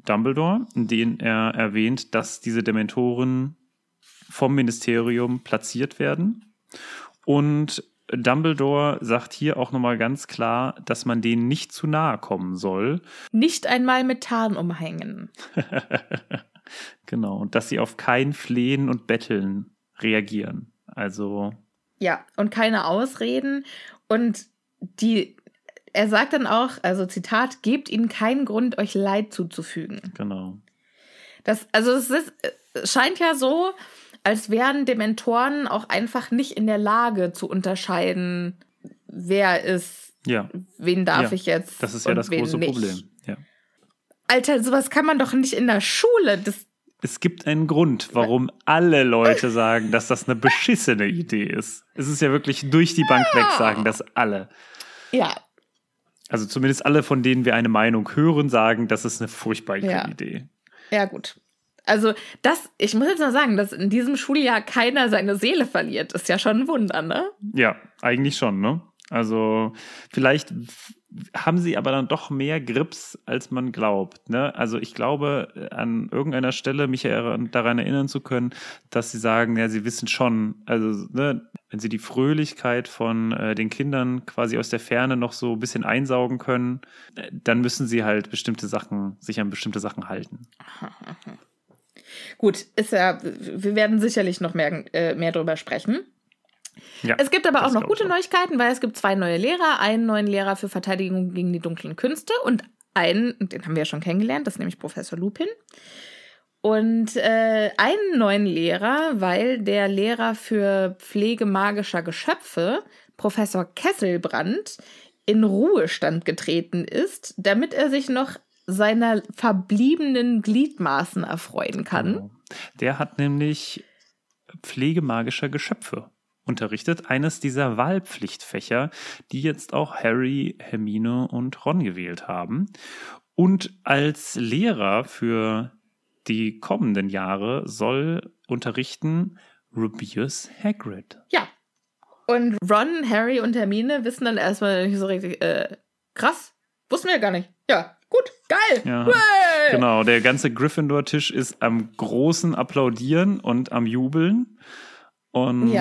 Dumbledore, in denen er erwähnt, dass diese Dementoren vom Ministerium platziert werden. Und Dumbledore sagt hier auch nochmal ganz klar, dass man denen nicht zu nahe kommen soll.
Nicht einmal mit Tarn umhängen.
Genau, und dass sie auf kein Flehen und Betteln reagieren. Also.
Ja, und keine Ausreden. Und er sagt dann auch, also Zitat, gebt ihnen keinen Grund, euch Leid zuzufügen.
Genau.
Es scheint ja so, als wären Dementoren auch einfach nicht in der Lage zu unterscheiden, wer ist, wen darf ich jetzt.
Das ist ja das große Problem. Ja.
Alter, sowas kann man doch nicht in der Schule.
Es gibt einen Grund, warum alle Leute sagen, dass das eine beschissene Idee ist. Es ist ja wirklich durch die Bank weg, sagen das alle.
Ja.
Also zumindest alle, von denen wir eine Meinung hören, sagen, das ist eine furchtbare Idee.
Ja, gut. Also ich muss jetzt mal sagen, dass in diesem Schuljahr keiner seine Seele verliert, ist ja schon ein Wunder, ne?
Ja, eigentlich schon, ne? Also vielleicht haben sie aber dann doch mehr Grips, als man glaubt, ne? Also ich glaube, an irgendeiner Stelle mich daran erinnern zu können, dass sie sagen, ja, sie wissen schon, also ne, wenn sie die Fröhlichkeit von den Kindern quasi aus der Ferne noch so ein bisschen einsaugen können, dann müssen sie halt sich an bestimmte Sachen halten.
Gut, wir werden sicherlich noch mehr darüber sprechen. Ja, es gibt aber auch noch gute Neuigkeiten, weil es gibt 2 neue Lehrer, einen neuen Lehrer für Verteidigung gegen die dunklen Künste und den haben wir ja schon kennengelernt, das ist nämlich Professor Lupin. Und einen neuen Lehrer, weil der Lehrer für Pflege magischer Geschöpfe, Professor Kesselbrand, in Ruhestand getreten ist, damit er sich noch seiner verbliebenen Gliedmaßen erfreuen kann.
Genau. Der hat nämlich Pflege magischer Geschöpfe unterrichtet. Eines dieser Wahlpflichtfächer, die jetzt auch Harry, Hermine und Ron gewählt haben. Und als Lehrer für die kommenden Jahre soll unterrichten Rubeus Hagrid.
Ja. Und Ron, Harry und Hermine wissen dann erstmal nicht so richtig, krass, wussten wir ja gar nicht. Ja, gut, geil.
Ja, genau, der ganze Gryffindor-Tisch ist am großen Applaudieren und am Jubeln. Und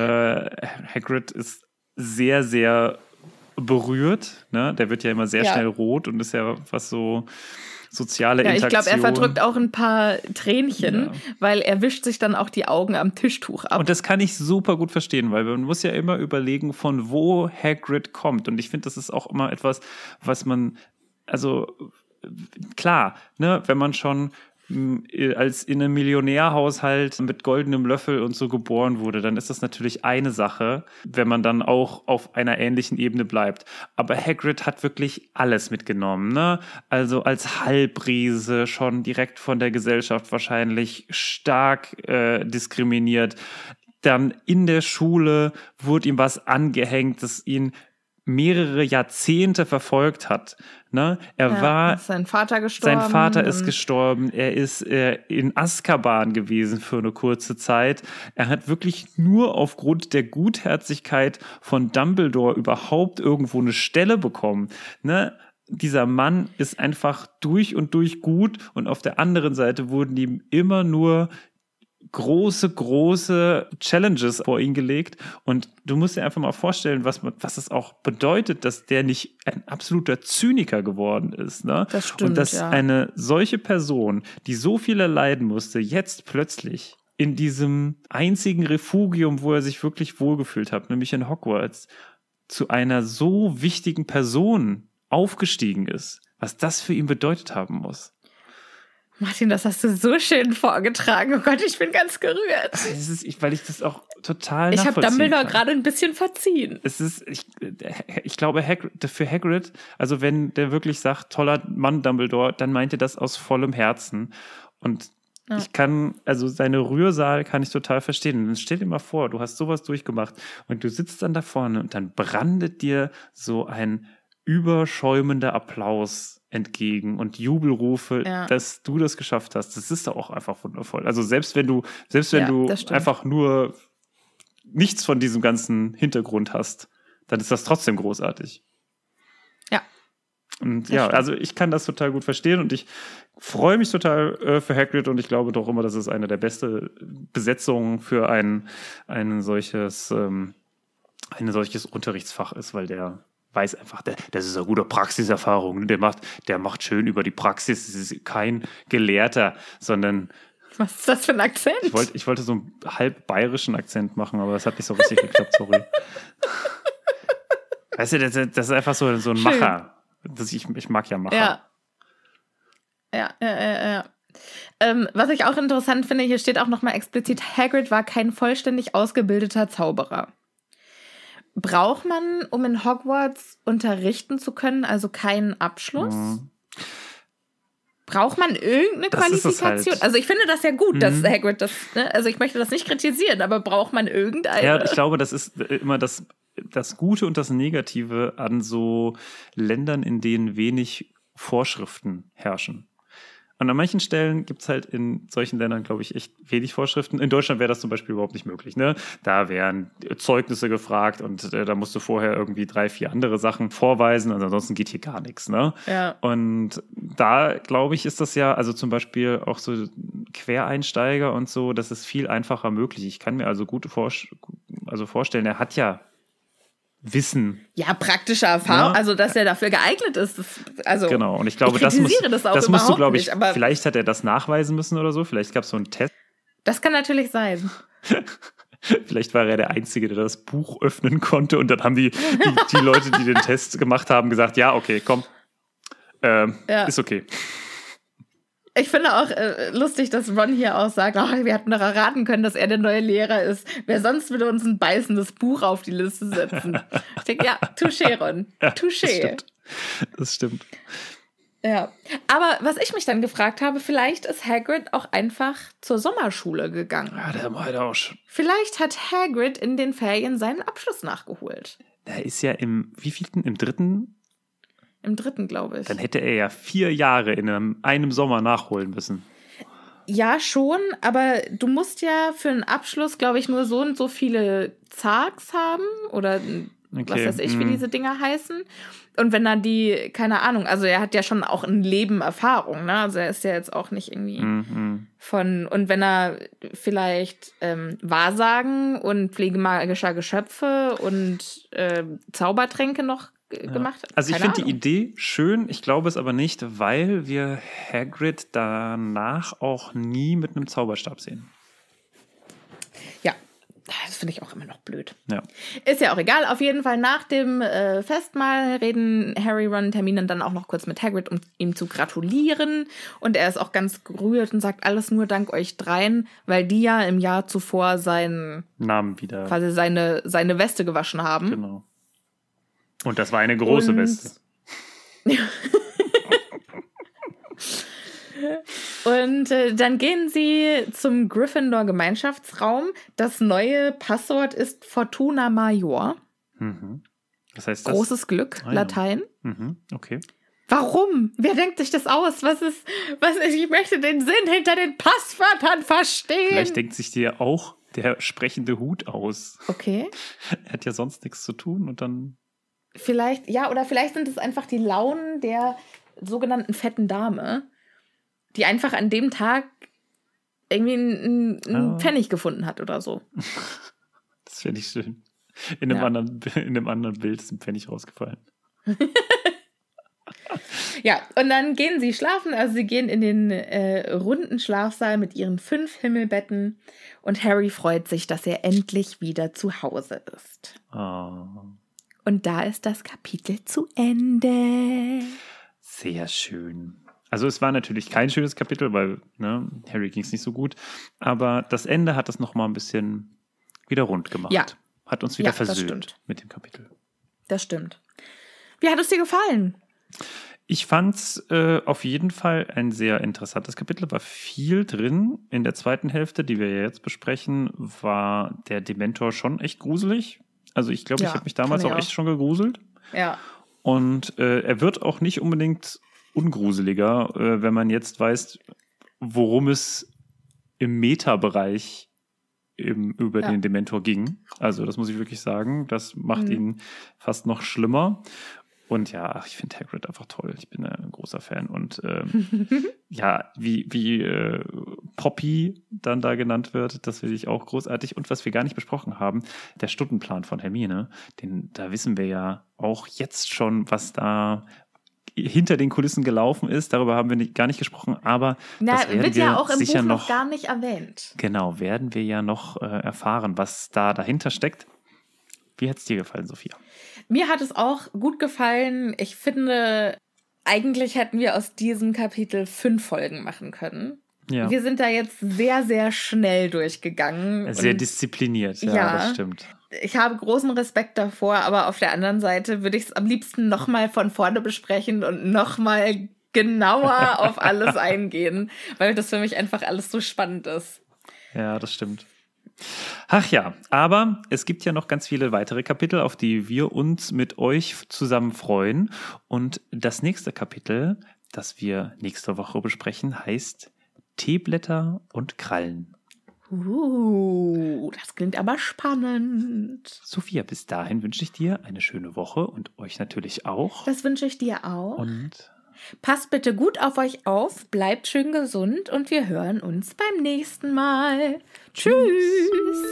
Hagrid ist sehr, sehr berührt. Ne? Der wird ja immer sehr schnell rot und ist ja was so soziale Interaktion.
Ich glaube, er verdrückt auch ein paar Tränchen, weil er wischt sich dann auch die Augen am Tischtuch ab.
Und das kann ich super gut verstehen, weil man muss ja immer überlegen, von wo Hagrid kommt. Und ich finde, das ist auch immer etwas, was man, also klar, ne, wenn man schon als in einem Millionärhaushalt mit goldenem Löffel und so geboren wurde, dann ist das natürlich eine Sache, wenn man dann auch auf einer ähnlichen Ebene bleibt. Aber Hagrid hat wirklich alles mitgenommen, ne? Also als Halbriese schon direkt von der Gesellschaft wahrscheinlich stark diskriminiert. Dann in der Schule wurde ihm was angehängt, das ihn mehrere Jahrzehnte verfolgt hat. Ne?
Sein Vater gestorben.
Sein Vater ist gestorben. Er ist in Azkaban gewesen für eine kurze Zeit. Er hat wirklich nur aufgrund der Gutherzigkeit von Dumbledore überhaupt irgendwo eine Stelle bekommen. Ne? Dieser Mann ist einfach durch und durch gut und auf der anderen Seite wurden ihm immer nur große Challenges vor ihn gelegt und du musst dir einfach mal vorstellen, was es auch bedeutet, dass der nicht ein absoluter Zyniker geworden ist. Ne?
Das stimmt,
und dass eine solche Person, die so viel erleiden musste, jetzt plötzlich in diesem einzigen Refugium, wo er sich wirklich wohlgefühlt hat, nämlich in Hogwarts, zu einer so wichtigen Person aufgestiegen ist, was das für ihn bedeutet haben muss.
Martin, das hast du so schön vorgetragen. Oh Gott, ich bin ganz gerührt.
Weil ich das auch total
Ich habe Dumbledore gerade ein bisschen verziehen.
Ich glaube, für Hagrid, also wenn der wirklich sagt, toller Mann Dumbledore, dann meint er das aus vollem Herzen. Und ich kann, also seine Rührsaal kann ich total verstehen. Und dann stell dir mal vor, du hast sowas durchgemacht und du sitzt dann da vorne und dann brandet dir so ein überschäumender Applaus entgegen und Jubelrufe, dass du das geschafft hast. Das ist doch auch einfach wundervoll. Also selbst wenn du einfach nur nichts von diesem ganzen Hintergrund hast, dann ist das trotzdem großartig.
Ja.
Und also ich kann das total gut verstehen und ich freue mich total für Hagrid und ich glaube doch immer, dass es eine der besten Besetzungen für ein solches Unterrichtsfach ist, weil der weiß einfach, das ist eine gute Praxiserfahrung. Der macht schön über die Praxis. Es ist kein Gelehrter, sondern
was ist das für ein Akzent?
Ich wollte so einen halb bayerischen Akzent machen, aber das hat nicht so richtig geklappt, sorry. Weißt du, das ist einfach so ein Macher. Ich mag ja Macher.
Ja. Was ich auch interessant finde, hier steht auch nochmal explizit, Hagrid war kein vollständig ausgebildeter Zauberer. Braucht man, um in Hogwarts unterrichten zu können, also keinen Abschluss? Braucht man irgendeine Qualifikation?
Halt.
Also ich finde das ja gut, dass Hagrid das, ne? Also ich möchte das nicht kritisieren, aber braucht man irgendeine?
Ja, ich glaube, das ist immer das Gute und das Negative an so Ländern, in denen wenig Vorschriften herrschen. Und an manchen Stellen gibt es halt in solchen Ländern, glaube ich, echt wenig Vorschriften. In Deutschland wäre das zum Beispiel überhaupt nicht möglich. Ne? Da wären Zeugnisse gefragt und da musst du vorher irgendwie 3, 4 andere Sachen vorweisen und ansonsten geht hier gar nichts. Ne? Ja. Und da, glaube ich, ist das ja, also zum Beispiel auch so Quereinsteiger und so, das ist viel einfacher möglich. Ich kann mir also gut vorstellen, er hat ja Wissen.
Ja, praktische Erfahrung, also dass er dafür geeignet ist.
Genau, und ich glaube, das musst du, glaube ich, vielleicht hat er das nachweisen müssen oder so, vielleicht gab es so einen Test.
Das kann natürlich sein.
Vielleicht war er der Einzige, der das Buch öffnen konnte und dann haben die Leute, die den Test gemacht haben, gesagt, ja, okay, komm, ist okay.
Ich finde auch lustig, dass Ron hier auch sagt, wir hätten doch erraten können, dass er der neue Lehrer ist. Wer sonst würde uns ein beißendes Buch auf die Liste setzen? Ich denke, ja, touché, Ron. Touché.
Das stimmt.
Ja, aber was ich mich dann gefragt habe, vielleicht ist Hagrid auch einfach zur Sommerschule gegangen.
Ja, der war halt auch schon.
Vielleicht hat Hagrid in den Ferien seinen Abschluss nachgeholt.
Der ist ja im 3.?
Im 3., glaube ich.
Dann hätte er ja 4 Jahre in einem Sommer nachholen müssen.
Ja, schon, aber du musst ja für einen Abschluss, glaube ich, nur so und so viele Zags haben oder was weiß ich, wie diese Dinger heißen. Und wenn dann keine Ahnung, also er hat ja schon auch ein Leben Erfahrung, ne? Also er ist ja jetzt auch nicht irgendwie und wenn er vielleicht Wahrsagen und Pflege magischer Geschöpfe und Zaubertränke noch gemacht hat.
Also ich finde die Idee schön, ich glaube es aber nicht, weil wir Hagrid danach auch nie mit einem Zauberstab sehen.
Ja, das finde ich auch immer noch blöd.
Ja.
Ist ja auch egal, auf jeden Fall nach dem Festmahl reden Harry, Ron und Hermine dann auch noch kurz mit Hagrid, um ihm zu gratulieren und er ist auch ganz gerührt und sagt, alles nur dank euch dreien, weil die ja im Jahr zuvor seinen
Namen wieder,
quasi seine Weste gewaschen haben.
Genau. Und das war eine große Weste.
Und dann gehen sie zum Gryffindor-Gemeinschaftsraum. Das neue Passwort ist Fortuna Major.
Was heißt das?
Großes Glück, Latein.
Okay.
Warum? Wer denkt sich das aus? Ich möchte den Sinn hinter den Passwörtern verstehen.
Vielleicht denkt sich dir auch der sprechende Hut aus.
Okay.
Er hat ja sonst nichts zu tun und dann...
Vielleicht, ja, oder vielleicht sind es einfach die Launen der sogenannten fetten Dame, die einfach an dem Tag irgendwie einen Pfennig gefunden hat oder so.
Das finde ich schön. In einem anderen Bild ist ein Pfennig rausgefallen.
Ja, und dann gehen sie schlafen, also sie gehen in den runden Schlafsaal mit ihren 5 Himmelbetten und Harry freut sich, dass er endlich wieder zu Hause ist.
Oh.
Und da ist das Kapitel zu Ende.
Sehr schön. Also es war natürlich kein schönes Kapitel, weil Harry ging es nicht so gut. Aber das Ende hat es nochmal ein bisschen wieder rund gemacht.
Ja.
Hat uns wieder versöhnt mit dem Kapitel.
Das stimmt. Wie hat es dir gefallen?
Ich fand es auf jeden Fall ein sehr interessantes Kapitel. War viel drin. In der zweiten Hälfte, die wir ja jetzt besprechen, war der Dementor schon echt gruselig. Also ich glaube, ich habe mich damals auch echt schon gegruselt.
Ja.
Und er wird auch nicht unbedingt ungruseliger, wenn man jetzt weiß, worum es im Meta-Bereich über den Dementor ging. Also das muss ich wirklich sagen. Das macht ihn fast noch schlimmer. Und ja, ich finde Hagrid einfach toll. Ich bin ein großer Fan. Und ja, wie Poppy dann da genannt wird, das finde ich auch großartig. Und was wir gar nicht besprochen haben, der Stundenplan von Hermine, da wissen wir ja auch jetzt schon, was da hinter den Kulissen gelaufen ist. Darüber haben wir gar nicht gesprochen, aber das
wird ja auch im Buch noch gar nicht erwähnt.
Genau, werden wir ja noch erfahren, was da dahinter steckt. Wie hat es dir gefallen, Sophia?
Mir hat es auch gut gefallen. Ich finde, eigentlich hätten wir aus diesem Kapitel 5 Folgen machen können. Ja. Wir sind da jetzt sehr, sehr schnell durchgegangen.
Sehr diszipliniert, ja, das stimmt.
Ich habe großen Respekt davor, aber auf der anderen Seite würde ich es am liebsten nochmal von vorne besprechen und nochmal genauer auf alles eingehen, weil das für mich einfach alles so spannend ist.
Ja, das stimmt. Ach ja, aber es gibt ja noch ganz viele weitere Kapitel, auf die wir uns mit euch zusammen freuen. Und das nächste Kapitel, das wir nächste Woche besprechen, heißt Teeblätter und Krallen.
Das klingt aber spannend.
Sophia, bis dahin wünsche ich dir eine schöne Woche und euch natürlich auch.
Das wünsche ich dir auch.
Und
passt bitte gut auf euch auf, bleibt schön gesund und wir hören uns beim nächsten Mal. Tschüss.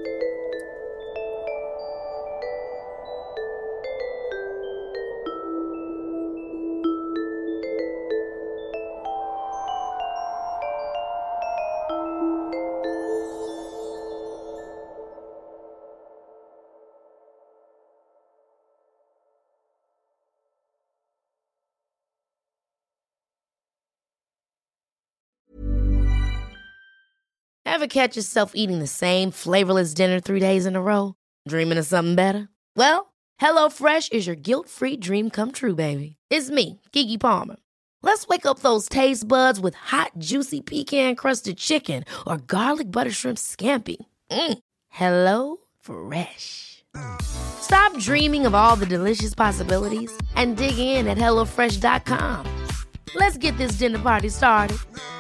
Ever catch yourself eating the same flavorless dinner 3 days in a row? Dreaming of something better? Well, HelloFresh is your guilt-free dream come true, baby. It's me, Keke Palmer. Let's wake up those taste buds with hot, juicy pecan-crusted chicken or garlic butter shrimp scampi. Hello Fresh. Stop dreaming of all the delicious possibilities and dig in at HelloFresh.com. Let's get this dinner party started.